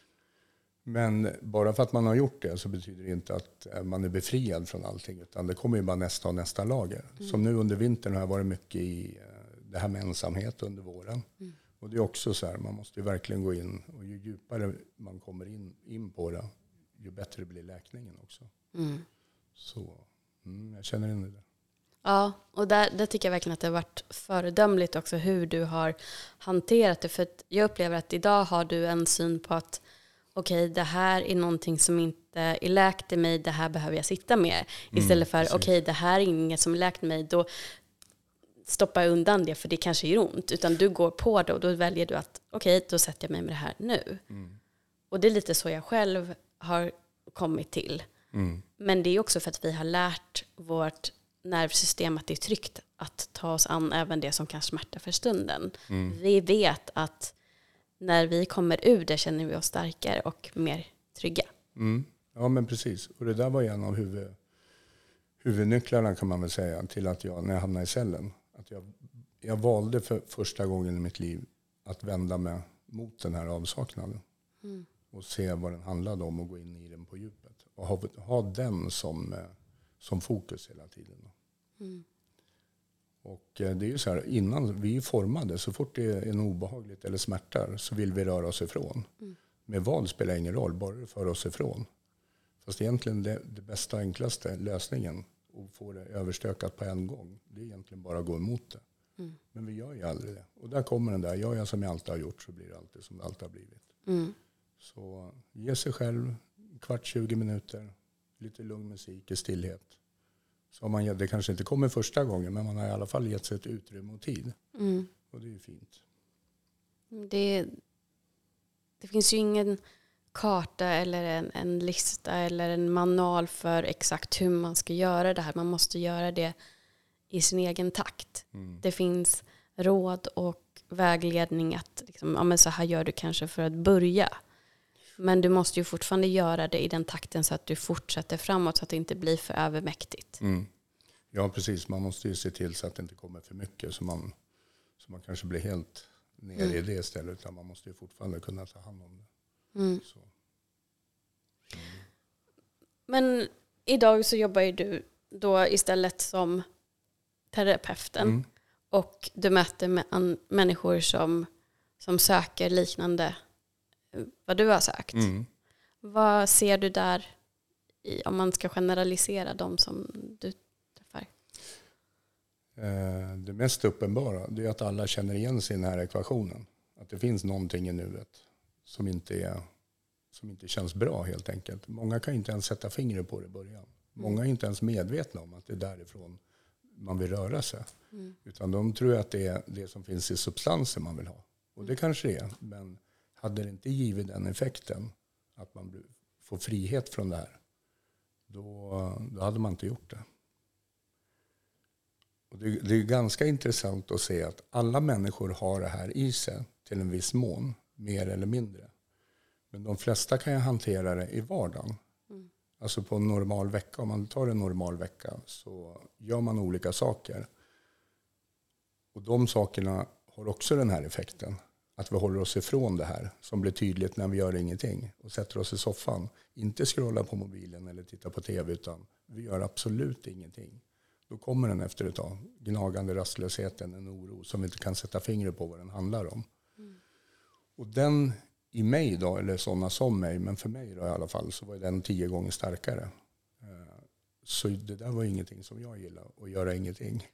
Men bara för att man har gjort det så betyder det inte att man är befriad från allting. Utan det kommer ju bara nästa och nästa lager. Mm. Som nu under vintern har jag varit mycket i det här med ensamhet under våren. Mm. Och det är också så här, man måste ju verkligen gå in. Och ju djupare man kommer in, in på det, ju bättre blir läkningen också. Mm. Så mm, jag känner in det. Ja, och där, där tycker jag verkligen att det har varit föredömligt också hur du har hanterat det. För att jag upplever att idag har du en syn på att okej, okay, det här är någonting som inte är läkt i mig, det här behöver jag sitta med. Istället för, mm, okej, okay, det här är inget som är läkt i mig, då stoppar jag undan det för det kanske gör ont. Utan du går på det och då väljer du att, okej, okay, då sätter jag mig med det här nu. Mm. Och det är lite så jag själv har kommit till. Mm. Men det är också för att vi har lärt vårt nervsystem att det är tryggt att ta oss an även det som kan smärta för stunden. Mm. Vi vet att när vi kommer ur det känner vi oss starkare och mer trygga. Mm. Ja, men precis. Och det där var en av huvud, huvudnycklarna kan man väl säga till att jag, när jag hamnade i cellen, att jag, jag valde för första gången i mitt liv att vända mig mot den här avsaknaden. Mm. Och se vad den handlade om och gå in i den på djupet. Och ha, ha den som, som fokus hela tiden. Mm. Och det är ju så här, innan vi är formade, så fort det är en obehagligt eller smärtar så vill vi röra oss ifrån. Mm. Med vad spelar ingen roll, bara det för oss ifrån. Fast egentligen det, det bästa och enklaste lösningen att få det överstökat på en gång, det är egentligen bara att gå emot det. Mm. Men vi gör ju aldrig det. Och där kommer den där, gör jag som jag alltid har gjort så blir det alltid som det alltid har blivit. Mm. Så ge sig själv kvart, tjugo minuter, lite lugn musik i stillhet. Så man, det kanske inte kommer första gången, men man har i alla fall gett sig ett utrymme och tid. Mm. Och det är ju fint. Det, det finns ju ingen karta eller en, en lista eller en manual för exakt hur man ska göra det här. Man måste göra det i sin egen takt. Mm. Det finns råd och vägledning att liksom, ja, men så här gör du kanske för att börja. Men du måste ju fortfarande göra det i den takten så att du fortsätter framåt så att det inte blir för övermäktigt. Mm. Ja, precis. Man måste ju se till så att det inte kommer för mycket så man, så man kanske blir helt nere mm. i det istället. Utan man måste ju fortfarande kunna ta hand om det. Mm. Så. Mm. Men idag så jobbar ju du då istället som terapeuten. Mm. Och du möter med an- människor som, som söker liknande vad du har sagt. Mm. Vad ser du där i, om man ska generalisera dem som du träffar? Eh, det mest uppenbara det är att alla känner igen sig i den här ekvationen. Att det finns någonting i nuet som inte, är, som inte känns bra helt enkelt. Många kan inte ens sätta fingret på det i början. Många är inte ens medvetna om att det är därifrån man vill röra sig. Mm. Utan de tror att det är det som finns i substansen man vill ha. Och det kanske det är. Men hade det inte givit den effekten att man får frihet från det här, då, då hade man inte gjort det. Och det, det är ganska intressant att se att alla människor har det här i sig till en viss mån, mer eller mindre. Men de flesta kan ju hantera det i vardagen. Mm. Alltså på en normal vecka, om man tar en normal vecka så gör man olika saker. Och de sakerna har också den här effekten. Att vi håller oss ifrån det här som blir tydligt när vi gör ingenting. Och sätter oss i soffan. Inte scrolla på mobilen eller titta på tv utan vi gör absolut ingenting. Då kommer den efter ett tag. Gnagande rastlösheten, en oro som vi inte kan sätta fingret på vad den handlar om. Mm. Och den i mig då, eller sådana som mig, men för mig då i alla fall, så var den tio gånger starkare. Så det där var ingenting som jag gillar, att göra ingenting.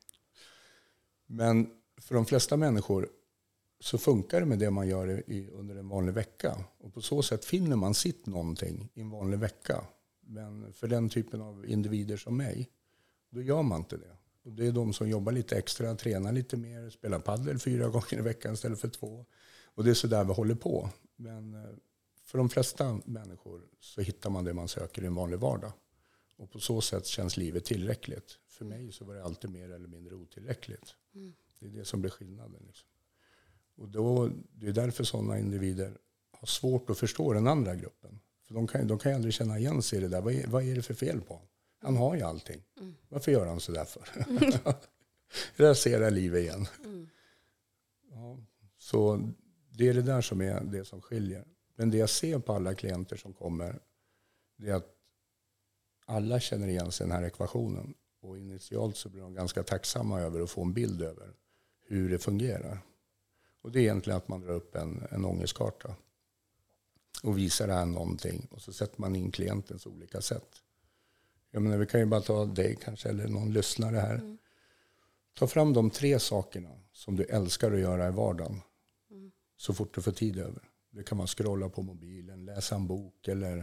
Men för de flesta människor så funkar det med det man gör i, under en vanlig vecka. Och på så sätt finner man sitt någonting i en vanlig vecka. Men för den typen av individer som mig, då gör man inte det. Och det är de som jobbar lite extra, tränar lite mer, spelar paddel fyra gånger i veckan istället för två. Och det är så där vi håller på. Men för de flesta människor så hittar man det man söker i en vanlig vardag. Och på så sätt känns livet tillräckligt. För mig så var det alltid mer eller mindre otillräckligt. Mm. Det är det som blir skillnaden. Liksom. Och då, det är därför sådana individer har svårt att förstå den andra gruppen. För de kan, de kan ju aldrig känna igen sig i det där. Vad är, vad är det för fel på honom? Han har ju allting. Mm. Varför gör han så där för? Mm. Rasera livet igen. Mm. Ja, så det är det där som är det som skiljer. Men det jag ser på alla klienter som kommer, det är att alla känner igen sig i den här ekvationen. Och initialt så blir de ganska tacksamma över att få en bild över hur det fungerar. Och det är egentligen att man drar upp en, en ångestkarta. Och visar det här någonting. Och så sätter man in klientens olika sätt. Jag menar, vi kan ju bara ta dig kanske, eller någon lyssnare här. Mm. Ta fram de tre sakerna som du älskar att göra i vardagen. Mm. Så fort du får tid över. Det kan man scrolla på mobilen, läsa en bok eller...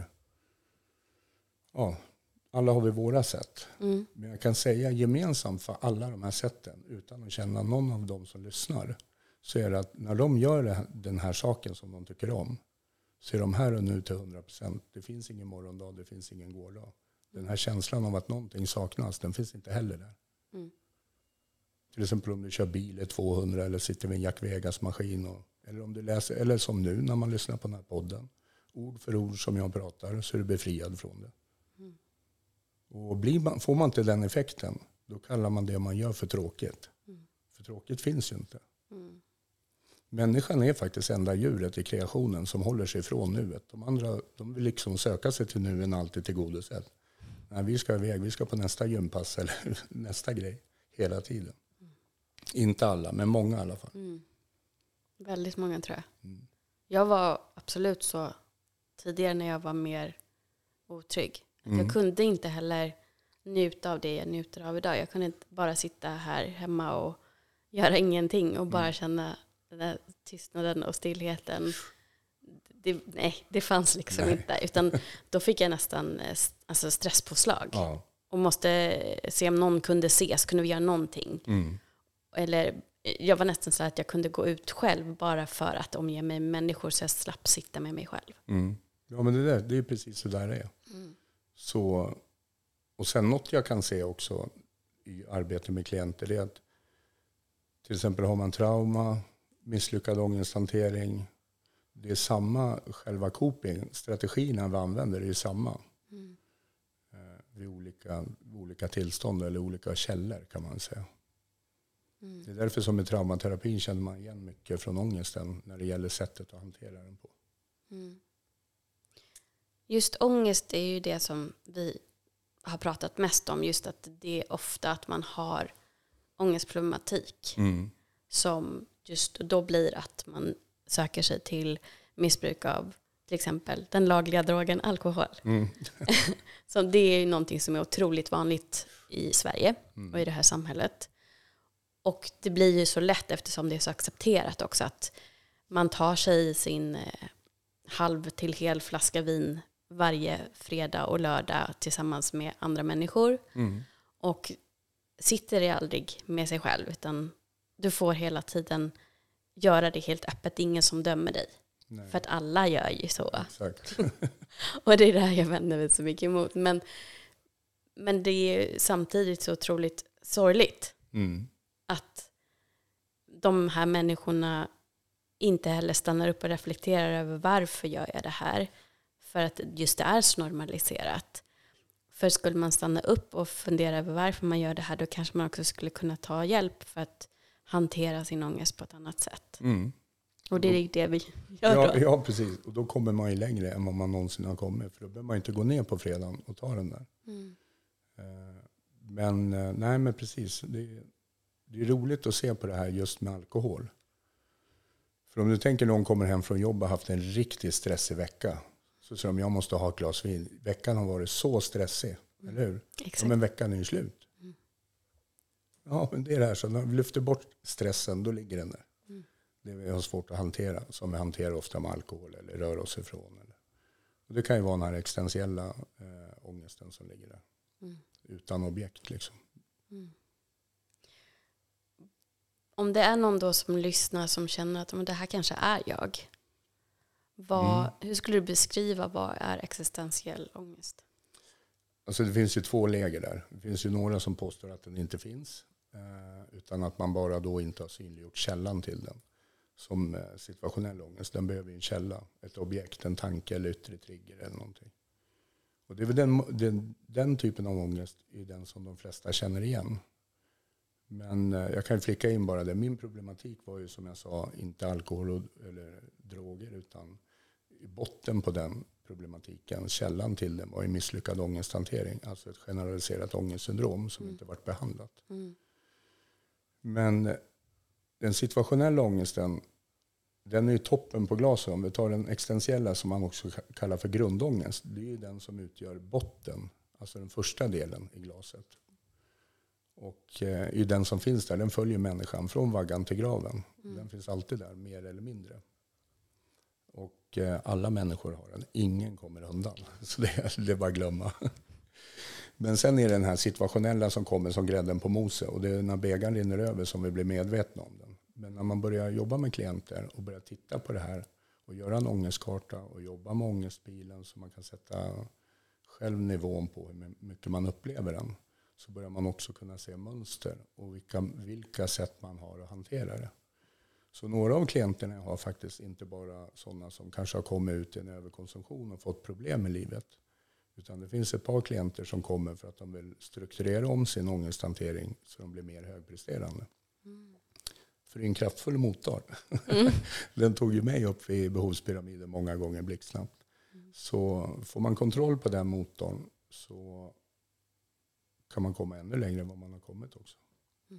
Ja, alla har vi våra sätt. Mm. Men jag kan säga gemensamt för alla de här sätten, utan att känna någon av dem som lyssnar, så är det att när de gör den här saken som de tycker om, så är de här och nu till hundra procent. Det finns ingen morgondag, det finns ingen gårdag. Den här känslan av att någonting saknas, den finns inte heller där. Mm. Till exempel om du kör bil i tvåhundra eller sitter vid en Jack Vegas-maskin. Och, eller om du läser, eller som nu när man lyssnar på den här podden. Ord för ord som jag pratar så är du befriad från det. Mm. Och blir man, får man inte den effekten, då kallar man det man gör för tråkigt. Mm. För tråkigt finns ju inte. Mm. Människan är faktiskt enda djuret i kreationen som håller sig ifrån nuet. De andra, de vill liksom söka sig till nu än alltid tillgodosett. Nej, vi ska iväg, vi ska på nästa gympass eller nästa grej hela tiden. Mm. Inte alla, men många i alla fall. Mm. Väldigt många tror jag. Mm. Jag var absolut så tidigare när jag var mer otrygg. Mm. Jag kunde inte heller njuta av det jag njuter av idag. Jag kunde inte bara sitta här hemma och göra ingenting och bara mm. känna den där tystnaden och stillheten. Det, nej, det fanns liksom nej. inte. Utan då fick jag nästan alltså, stresspåslag. Ja. Och måste se om någon kunde se, så kunde vi göra någonting. Mm. Eller jag var nästan så att jag kunde gå ut själv bara för att omge mig med människor så jag slapp sitta med mig själv. Mm. Ja, men det, där, det är precis så där det är. Mm. Så, och sen något jag kan se också i arbete med klienter är att till exempel har man trauma, misslyckad ångesthantering. Det är samma själva coping. Strategierna vi använder är ju samma. Mm. Eh, vid olika, olika tillstånd eller olika källor kan man säga. Mm. Det är därför som i traumaterapin känner man igen mycket från ångesten när det gäller sättet att hantera den på. Mm. Just ångest är ju det som vi har pratat mest om. Just att det är ofta att man har ångestproblematik. Mm. Som just då blir att man söker sig till missbruk av till exempel den lagliga drogen alkohol. Mm. Så det är ju någonting som är otroligt vanligt i Sverige mm. och i det här samhället. Och det blir ju så lätt eftersom det är så accepterat också att man tar sig sin eh, halv till hel flaska vin varje fredag och lördag tillsammans med andra människor. Mm. Och sitter det aldrig med sig själv, utan du får hela tiden göra det helt öppet. Det är ingen som dömer dig. Nej. För att alla gör ju så. Exakt. Och det är det här jag vänder mig så mycket emot. Men, men det är samtidigt så otroligt sorgligt. Mm. Att de här människorna inte heller stannar upp och reflekterar över varför gör jag det här. För att just det är så normaliserat. För skulle man stanna upp och fundera över varför man gör det här, då kanske man också skulle kunna ta hjälp för att hantera sin ångest på ett annat sätt. Mm. Och det är det vi gör ja, då. ja, precis. Och då kommer man ju längre än vad man någonsin har kommit. För då behöver man inte gå ner på fredagen och ta den där. Mm. Men nej, men precis. Det är, det är roligt att se på det här just med alkohol. För om du tänker någon kommer hem från jobb och haft en riktigt stressig vecka. Så säger de, jag måste ha ett glas vin. Veckan har varit så stressig, mm. eller hur? Exakt. Ja, men veckan är ju slut. Mm. Ja, men det är det här. Så när vi lyfter bort stressen, då ligger den där. Mm. Det vi har svårt att hantera. Som vi hanterar ofta med alkohol eller rör oss ifrån. Eller. Och det kan ju vara den här existentiella äh, ångesten som ligger där. Mm. Utan objekt liksom. Mm. Om det är någon då som lyssnar som känner att men det här kanske är jag. Vad, mm. Hur skulle du beskriva vad är existentiell ångest? Alltså det finns ju två läger där. Det finns ju några som påstår att den inte finns. Eh, utan att man bara då inte har synliggjort källan till den. Som eh, situationell ångest. Den behöver ju en källa. Ett objekt, en tanke eller yttre trigger eller någonting. Och det är väl den, den, den typen av ångest är den som de flesta känner igen. Men eh, jag kan flicka in bara det. Min problematik var ju som jag sa inte alkohol och, eller droger utan i botten på den problematiken, källan till den var ju misslyckad ångesthantering. Alltså ett generaliserat ångestsyndrom som mm. inte varit behandlat. Mm. Men den situationella ångesten, den är ju toppen på glaset. Om vi tar den existentiella som man också kallar för grundångest. Det är ju den som utgör botten, alltså den första delen i glaset. Och eh, i den som finns där, den följer människan från vaggan till graven. Mm. Den finns alltid där, mer eller mindre. Och eh, alla människor har den. Ingen kommer undan. Så det, det är bara att glömma. Men sen är det den här situationella som kommer som grädden på mose. Och det är när bägaren rinner över som vi blir medvetna om den. Men när man börjar jobba med klienter och börjar titta på det här och göra en ångestkarta och jobba med ångestbilen så man kan sätta själv nivån på hur mycket man upplever den. Så börjar man också kunna se mönster och vilka, vilka sätt man har att hantera det. Så några av klienterna har faktiskt inte bara sådana som kanske har kommit ut i en överkonsumtion och fått problem i livet. Utan det finns ett par klienter som kommer för att de vill strukturera om sin ångesthantering så de blir mer högpresterande. Mm. För det är en kraftfull motor. Mm. Den tog ju mig upp i behovspyramiden många gånger blixtsnabbt. Mm. Så får man kontroll på den motorn så kan man komma ännu längre än vad man har kommit också. Mm.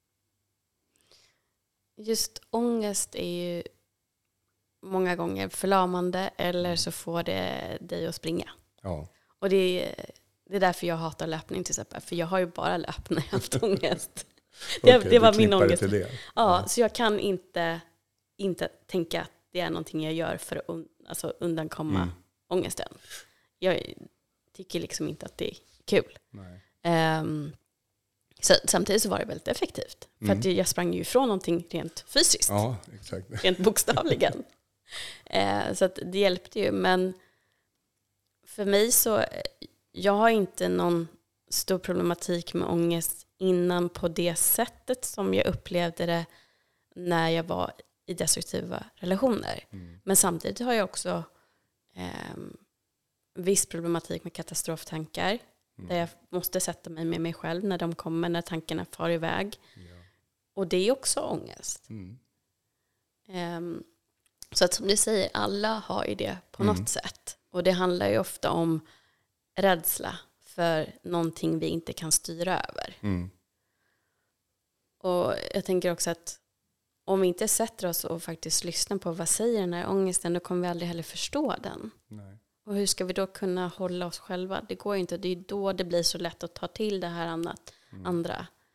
Just ångest är ju många gånger förlamande eller så får det dig att springa. Ja. Och det är, det är därför jag hatar löpning till exempel. För jag har ju bara löpt när jag haft ångest. det, okay, det var min ångest. Det. Ja, ja, så jag kan inte, inte tänka att det är någonting jag gör för att un, alltså undankomma mm. ångesten. Jag tycker liksom inte att det är kul. Nej. Um, så, samtidigt så var det väldigt effektivt. För mm. att jag sprang ju ifrån någonting rent fysiskt. Ja, exakt. Rent bokstavligen. uh, så att det hjälpte ju. Men för mig så, jag har inte någon stor problematik med ångest innan på det sättet som jag upplevde det när jag var i destruktiva relationer. Mm. Men samtidigt har jag också um, viss problematik med katastroftankar. Mm. Där jag måste sätta mig med mig själv när de kommer, när tankarna far iväg. Ja. Och det är också ångest. Mm. Um, så att som du säger, alla har ju det på mm. något sätt. Och det handlar ju ofta om rädsla för någonting vi inte kan styra över. Mm. Och jag tänker också att om vi inte sätter oss och faktiskt lyssnar på vad säger den här ångesten, då kommer vi aldrig heller förstå den. Nej. Och hur ska vi då kunna hålla oss själva? Det går ju inte. Det är då det blir så lätt att ta till det här annat, mm. andra.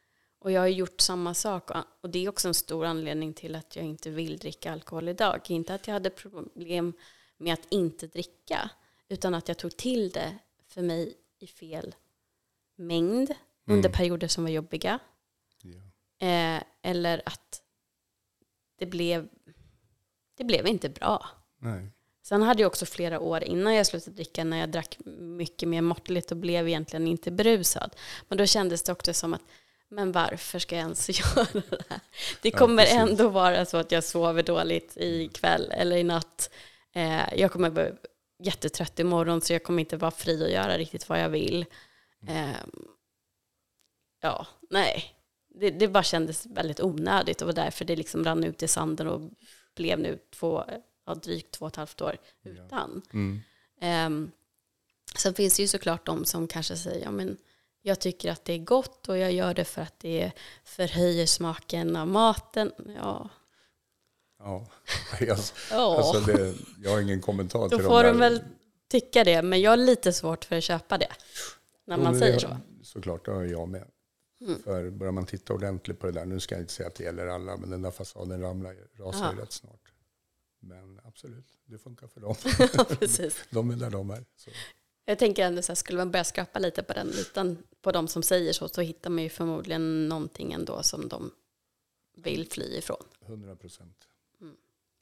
Och jag har gjort samma sak. Och det är också en stor anledning till att jag inte vill dricka alkohol idag. Inte att jag hade problem med att inte dricka. Utan att jag tog till det för mig i fel mängd. Mm. Under perioder som var jobbiga. Yeah. Eh, eller att det blev, det blev inte bra. Nej. Sen hade jag också flera år innan jag slutade dricka när jag drack mycket mer måttligt och blev egentligen inte berusad. Men då kändes det också som att men varför ska jag ens göra det här? Det kommer ja, ändå vara så att jag sover dåligt i kväll eller i natt. Eh, jag kommer vara jättetrött imorgon så jag kommer inte vara fri att göra riktigt vad jag vill. Eh, ja, nej. Det, det bara kändes väldigt onödigt och var därför det liksom rann ut i sanden och blev nu två, ja, drygt två och ett halvt år utan. Ja. Mm. Eh, sen finns det ju såklart de som kanske säger ja men jag tycker att det är gott och jag gör det för att det förhöjer smaken av maten. Ja. Ja, jag, alltså det, jag har ingen kommentar till Då får de väl tycka det, men jag har lite svårt för att köpa det. När man säger så. Såklart, det har jag med. Mm. För börjar man titta ordentligt på det där, nu ska jag inte säga att det gäller alla, men den där fasaden ramlar, rasar ju rätt snart. Men absolut, det funkar för dem. Ja, precis. De är där de är. Så. Jag tänker ändå så här, skulle man börja skrapa lite på den ytan på de som säger så, så hittar man ju förmodligen någonting ändå som de vill fly ifrån. hundra procent. Mm.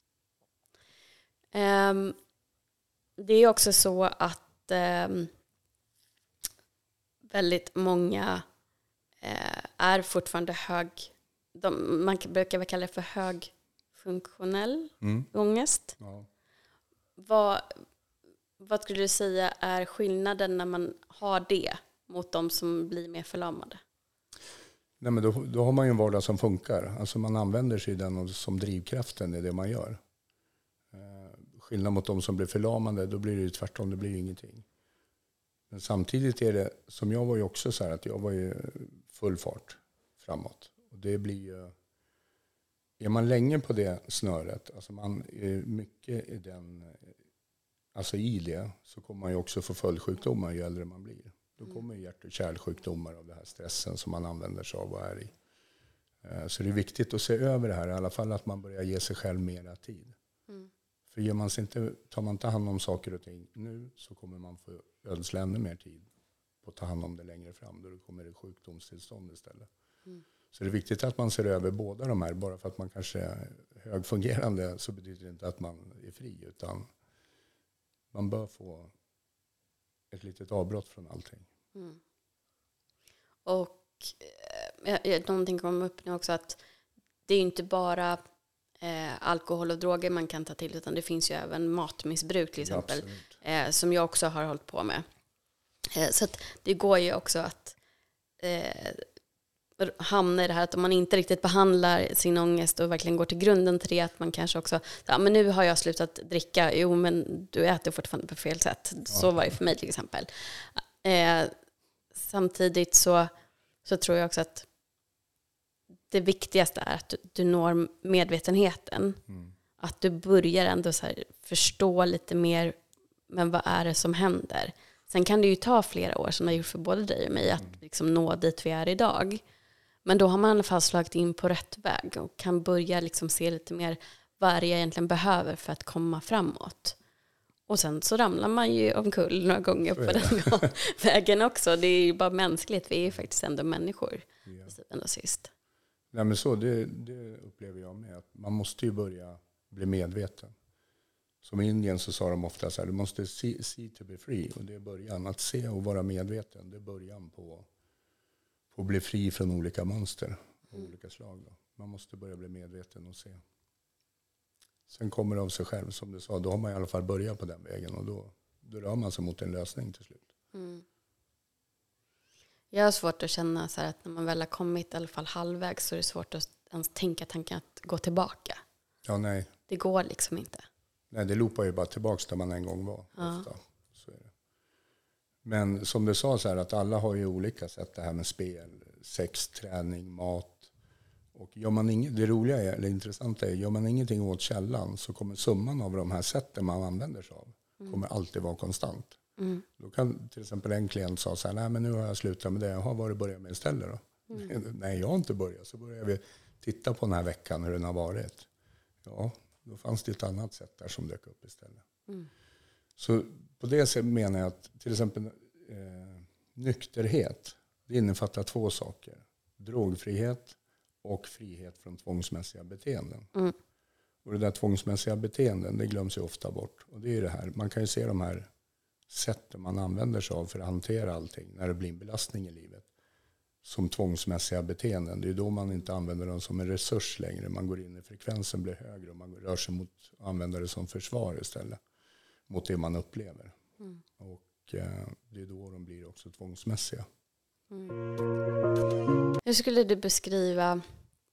Um, det är också så att um, väldigt många uh, är fortfarande hög, de, man brukar väl kalla det för högfunktionell mm. ångest. Ja. Vad Vad skulle du säga är skillnaden när man har det mot de som blir mer förlamade? Nej, men då, då har man ju en vardag som funkar. Alltså man använder sig den som drivkraften i det man gör. Eh, skillnad mot de som blir förlamade, då blir det ju tvärtom, det blir ju ingenting. Men samtidigt är det, som jag var ju också så här, att jag var ju full fart framåt. Och det blir ju, är man länge på det snöret, alltså man är mycket i den... Alltså i det så kommer man ju också få följdsjukdomar ju äldre man blir. Då kommer hjärt- och kärlsjukdomar av den här stressen som man använder sig av och är i. Så det är viktigt att se över det här, i alla fall att man börjar ge sig själv mera tid. Mm. För gör man sig inte, tar man inte hand om saker och ting nu så kommer man få ödsla ännu mer tid på att ta hand om det längre fram. Då kommer det sjukdomstillstånd istället. Mm. Så det är viktigt att man ser över båda de här. Bara för att man kanske är högfungerande så betyder det inte att man är fri, utan man bör få ett litet avbrott från allting. Mm. Och eh, någonting kommer upp nu också, att det är inte bara eh, alkohol och droger man kan ta till, utan det finns ju även matmissbruk till exempel. Eh, som jag också har hållit på med. Eh, så att det går ju också att eh, hamna i det här att om man inte riktigt behandlar sin ångest och verkligen går till grunden till det, att man kanske också, ja men nu har jag slutat dricka, jo men du äter fortfarande på fel sätt. Så ja. Var det för mig till exempel. Eh, samtidigt så, så tror jag också att det viktigaste är att du, du når medvetenheten. Mm. Att du börjar ändå så här förstå lite mer, men vad är det som händer? Sen kan det ju ta flera år, som det har gjort för både dig och mig, att liksom nå dit vi är idag. Men då har man i alla fall slagit in på rätt väg och kan börja liksom se lite mer vad jag egentligen behöver för att komma framåt. Och sen så ramlar man ju omkull några gånger på den vägen också. Det är ju bara mänskligt. Vi är ju faktiskt ändå människor. Ja. Ändå sist. Nej, men så, det, det upplever jag med. Att man måste ju börja bli medveten. Som i Indien så sa de ofta så här, du måste see, see to be free. Och det är början. Att se och vara medveten, det är början på, på att bli fri från olika mönster. Mm. Olika slag då. Man måste börja bli medveten och se. Sen kommer det av sig själv, som du sa. Då har man i alla fall börjat på den vägen. Och då, då rör man sig mot en lösning till slut. Mm. Jag har svårt att känna så här att när man väl har kommit i alla fall halvvägs, så är det svårt att ens tänka tanken att gå tillbaka. Ja, nej. Det går liksom inte. Nej, det loopar ju bara tillbaka där man en gång var. Ja. Ofta. Så är det. Men som du sa så här, att alla har ju olika sätt, det här med spel, sex, träning, mat. Och gör man inget, det roliga är, eller intressanta är, gör man ingenting åt källan, så kommer summan av de här sätten man använder sig av mm. kommer alltid vara konstant. Mm. Då kan till exempel en klient säga så här, nej men nu har jag slutat med det, jag har varit börjat med istället då. Mm. Nej, jag har inte börjat. Så började vi titta på den här veckan hur den har varit. Ja, då fanns det ett annat sätt där som dök upp istället. Mm. Så på det sättet menar jag att till exempel eh, nykterhet, det innefattar två saker. Drogfrihet och frihet från tvångsmässiga beteenden. Mm. Och det där tvångsmässiga beteenden, det glöms ju ofta bort. Och det är ju det här, man kan ju se de här sätten man använder sig av för att hantera allting när det blir en belastning i livet. Som tvångsmässiga beteenden. Det är då man inte använder dem som en resurs längre. Man går in i frekvensen, blir högre och man rör sig mot att använda det som försvar istället. Mot det man upplever. Mm. Och eh, det är då de blir också tvångsmässiga. Mm. Hur skulle du beskriva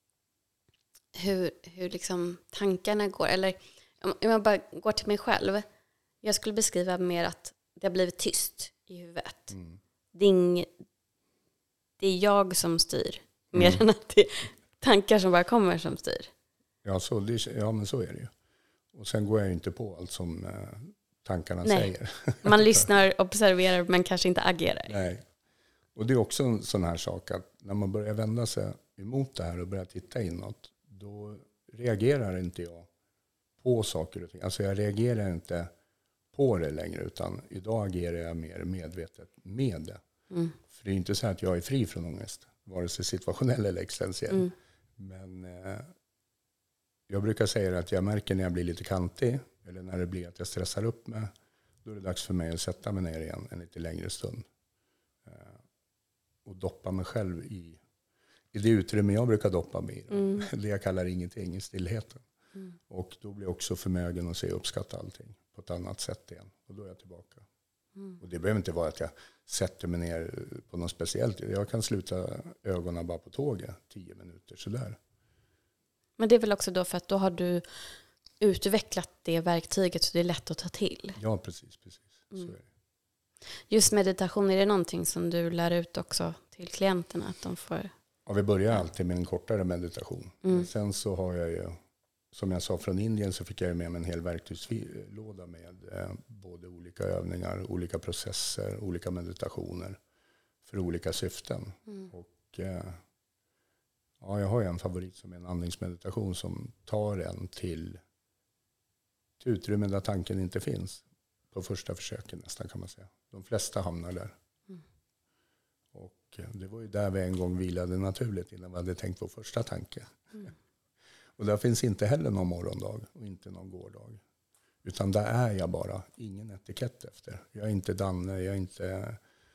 hur, hur liksom tankarna går? Eller om jag bara går till mig själv. Jag skulle beskriva mer att det har blivit tyst i huvudet. Mm. Det är ing, Det är jag som styr. Mer mm. än att det är tankar som bara kommer som styr. Ja, så, det, ja, men så är det ju. Och sen går jag ju inte på allt som eh, tankarna Nej. säger. Man lyssnar, observerar, men kanske inte agerar. Nej. Och det är också en sån här sak att när man börjar vända sig emot det här och börjar titta inåt, då reagerar inte jag på saker och ting. Alltså jag reagerar inte på det längre, utan idag agerar jag mer medvetet med det. Mm. För det är inte så att jag är fri från ångest, vare sig situationell eller existentiell. Mm. Men eh, jag brukar säga att jag märker när jag blir lite kantig, eller när det blir att jag stressar upp mig, då är det dags för mig att sätta mig ner igen en lite längre stund. Eh, och doppa mig själv i, i det utrymme jag brukar doppa mig i. Mm. Det jag kallar ingenting, i stillheten. Mm. Och då blir jag också förmögen att se och uppskatta allting på ett annat sätt igen. Och då är jag tillbaka. Mm. Och det behöver inte vara att jag sätter mig ner på något speciellt. Jag kan sluta ögonen bara på tåget tio minuter sådär. Men det är väl också då för att då har du utvecklat det verktyget så det är lätt att ta till. Ja, precis. precis. Mm. Så är det. Just meditation, är det någonting som du lär ut också till klienterna? Att de får... Ja, vi börjar alltid med en kortare meditation. Mm. Men sen så har jag ju, som jag sa från Indien, så fick jag med mig en hel verktygslåda med eh, både olika övningar, olika processer, olika meditationer för olika syften. Mm. Och eh, ja, jag har ju en favorit som är en andningsmeditation som tar en till, till utrymme där tanken inte finns. På första försöken nästan, kan man säga. De flesta hamnar där. Mm. Och det var ju där vi en gång vilade naturligt innan vi hade tänkt på första tanke. Mm. Och där finns inte heller någon morgondag och inte någon gårdag. Utan där är jag bara, ingen etikett efter. Jag är inte Danne, jag är inte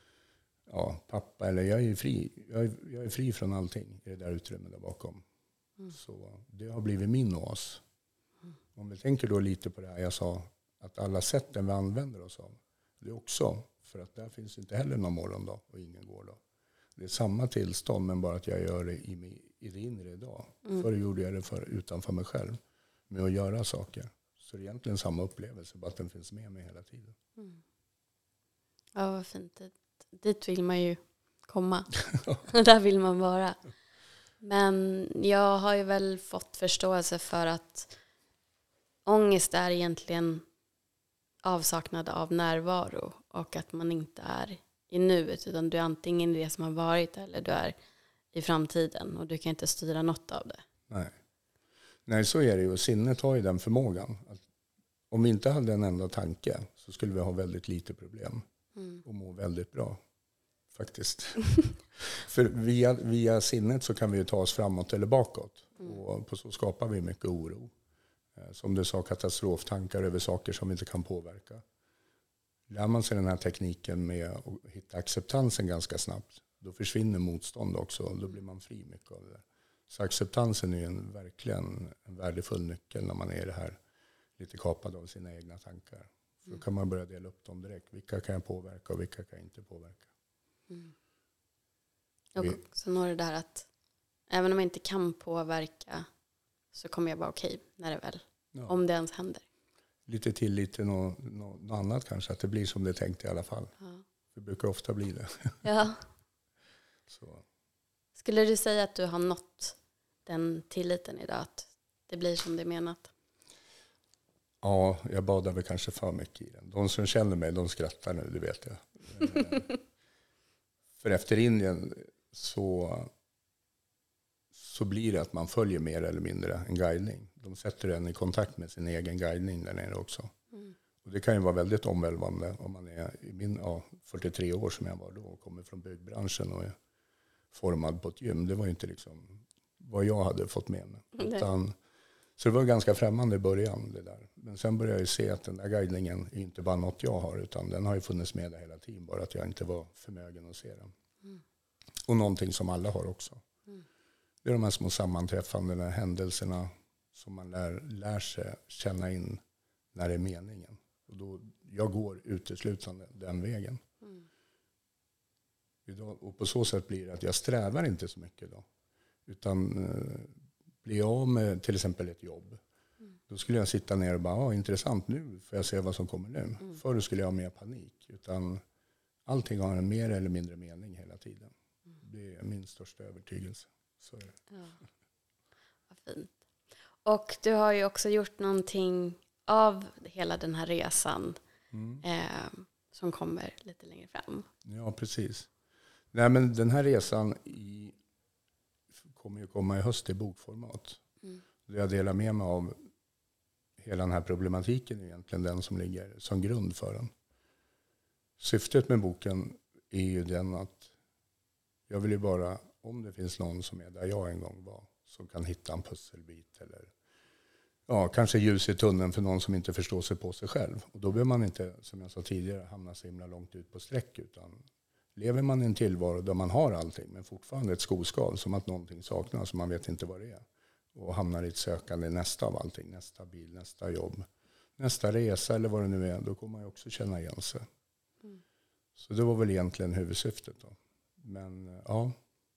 ja, pappa, eller jag är fri. Jag är, jag är fri från allting i det där utrymmet där bakom. Mm. Så det har blivit min oas. Mm. Om vi tänker då lite på det här jag sa, att alla sätten vi använder oss av, det är också för att där finns inte heller någon morgondag och ingen gårdag. Det är samma tillstånd, men bara att jag gör det i, mig, i det inre idag. Mm. Förr gjorde jag det för, utanför mig själv med att göra saker. Så det är egentligen samma upplevelse, bara att den finns med mig hela tiden. Mm. Ja, vad fint. Dit vill man ju komma. Där vill man vara. Men jag har ju väl fått förståelse för att ångest är egentligen avsaknad av närvaro och att man inte är i nuet, utan du är antingen det som har varit eller du är i framtiden och du kan inte styra något av det. Nej, Nej så är det ju. Sinnet har ju den förmågan. Att om vi inte hade en enda tanke så skulle vi ha väldigt lite problem mm. och må väldigt bra faktiskt. För via, via sinnet så kan vi ju ta oss framåt eller bakåt mm. och på så skapar vi mycket oro. Som du sa, katastroftankar över saker som vi inte kan påverka. Lär man sig den här tekniken med att hitta acceptansen ganska snabbt, då försvinner motstånd också. Då blir man fri mycket av det. Så acceptansen är en, verkligen en värdefull nyckel när man är det här lite kapad av sina egna tankar. För då kan man börja dela upp dem direkt. Vilka kan jag påverka och vilka kan jag inte påverka? Mm. Och så når det där att även om jag inte kan påverka så kommer jag vara okej när det väl, ja. Om det ens händer. Lite tillit till något, något annat kanske, att det blir som det är tänkt i alla fall. Ja. Det brukar ofta bli det. Ja. Så. Skulle du säga att du har nått den tilliten idag, att det blir som det är menat? Ja, jag badar väl kanske för mycket i den. De som känner mig, de skrattar nu, det vet jag. För efter Indien så så blir det att man följer mer eller mindre en guidning. De sätter en i kontakt med sin egen guidning där nere också. Mm. Och det kan ju vara väldigt omvälvande om man är i min ja, fyrtiotre år som jag var då och kommer från byggbranschen och är formad på ett gym. Det var ju inte liksom vad jag hade fått med mig. Utan, så det var ganska främmande i början det där. Men sen började jag ju se att den där guidningen är inte bara något jag har, utan den har ju funnits med där hela tiden. Bara att jag inte var förmögen att se den. Mm. Och någonting som alla har också. Mm. Det är de här små sammanträffandena, händelserna som man lär, lär sig känna in när det är meningen. Och då, jag går uteslutande den vägen. Mm. Idag, och på så sätt blir det att jag strävar inte så mycket då. Utan eh, blir jag av med till exempel ett jobb. Mm. Då skulle jag sitta ner och bara, ah, intressant, nu får jag se vad som kommer nu. Mm. Förr skulle jag ha mer panik. Utan allting har en mer eller mindre mening hela tiden. Mm. Det är min största övertygelse. Så är det. Ja. Vad fint. Och du har ju också gjort någonting av hela den här resan mm. eh, som kommer lite längre fram. Ja, precis. Nej, men den här resan i, kommer ju komma i höst i bokformat. Mm. Jag delar med mig av hela den här problematiken, egentligen den som ligger som grund för den. Syftet med boken är ju den att jag vill ju bara, om det finns någon som är där jag en gång var, som kan hitta en pusselbit eller ja, kanske ljus i tunneln för någon som inte förstår sig på sig själv. Och då behöver man inte, som jag sa tidigare, hamna så himla långt ut på sträck, utan lever man i en tillvaro där man har allting men fortfarande ett skoskav, som att någonting saknas och man vet inte vad det är. Och hamnar i ett sökande nästa av allting, nästa bil, nästa jobb, nästa resa eller vad det nu är, då kommer man ju också känna igen sig. Mm. Så det var väl egentligen huvudsyftet då. Men ja,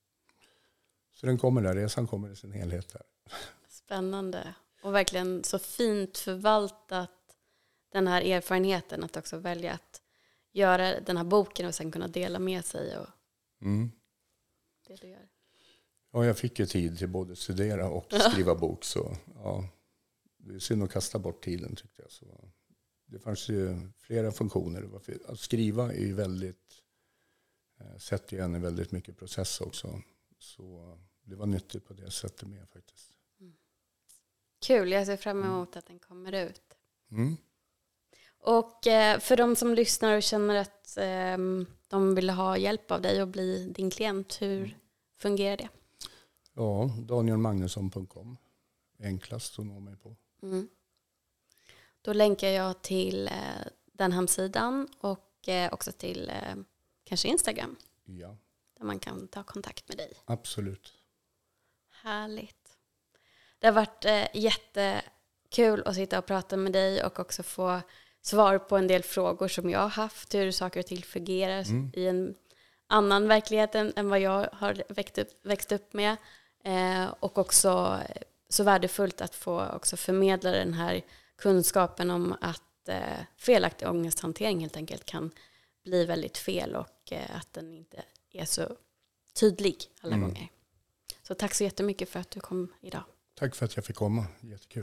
så den kommer där, resan kommer i sin helhet där. Spännande. Och verkligen så fint förvaltat den här erfarenheten att också välja att göra den här boken och sen kunna dela med sig och mm. det du gör. Ja, jag fick ju tid till både studera och skriva bok, så ja, det är synd att kasta bort tiden tyckte jag. Så det fanns ju flera funktioner. Att skriva är ju väldigt, sätter ju en i väldigt mycket process också. Så det var nyttigt på det sättet med faktiskt. Mm. Kul, jag ser fram emot mm. att den kommer ut. Mm. Och eh, för de som lyssnar och känner att eh, de vill ha hjälp av dig och bli din klient, hur mm. fungerar det? Ja, daniel magnusson punkt com. Enklast att nå mig på. Mm. Då länkar jag till eh, den hemsidan och eh, också till eh, kanske Instagram. Ja. Där man kan ta kontakt med dig. Absolut. Härligt. Det har varit eh, jättekul att sitta och prata med dig och också få svar på en del frågor som jag har haft. Hur saker och ting fungerar mm. i en annan verklighet än, än vad jag har växt upp, växt upp med. Eh, och också så värdefullt att få också förmedla den här kunskapen om att eh, felaktig ångesthantering helt enkelt kan bli väldigt fel och eh, att den inte är så tydlig alla mm. gånger. Så tack så jättemycket för att du kom idag. Tack för att jag fick komma. Jättekul.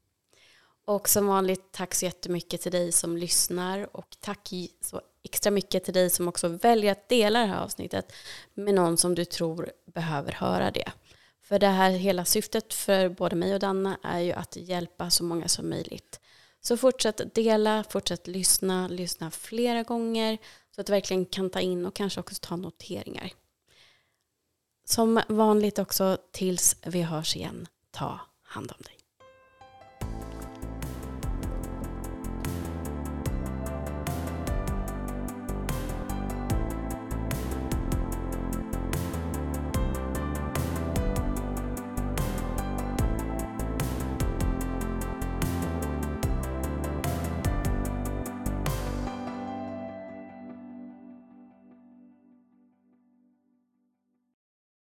Och som vanligt, tack så jättemycket till dig som lyssnar. Och tack så extra mycket till dig som också väljer att dela det här avsnittet med någon som du tror behöver höra det. För det här hela syftet för både mig och Danna är ju att hjälpa så många som möjligt. Så fortsätt dela, fortsätt lyssna, lyssna flera gånger så att du verkligen kan ta in och kanske också ta noteringar. Som vanligt också, tills vi hörs igen, ta hand om dig.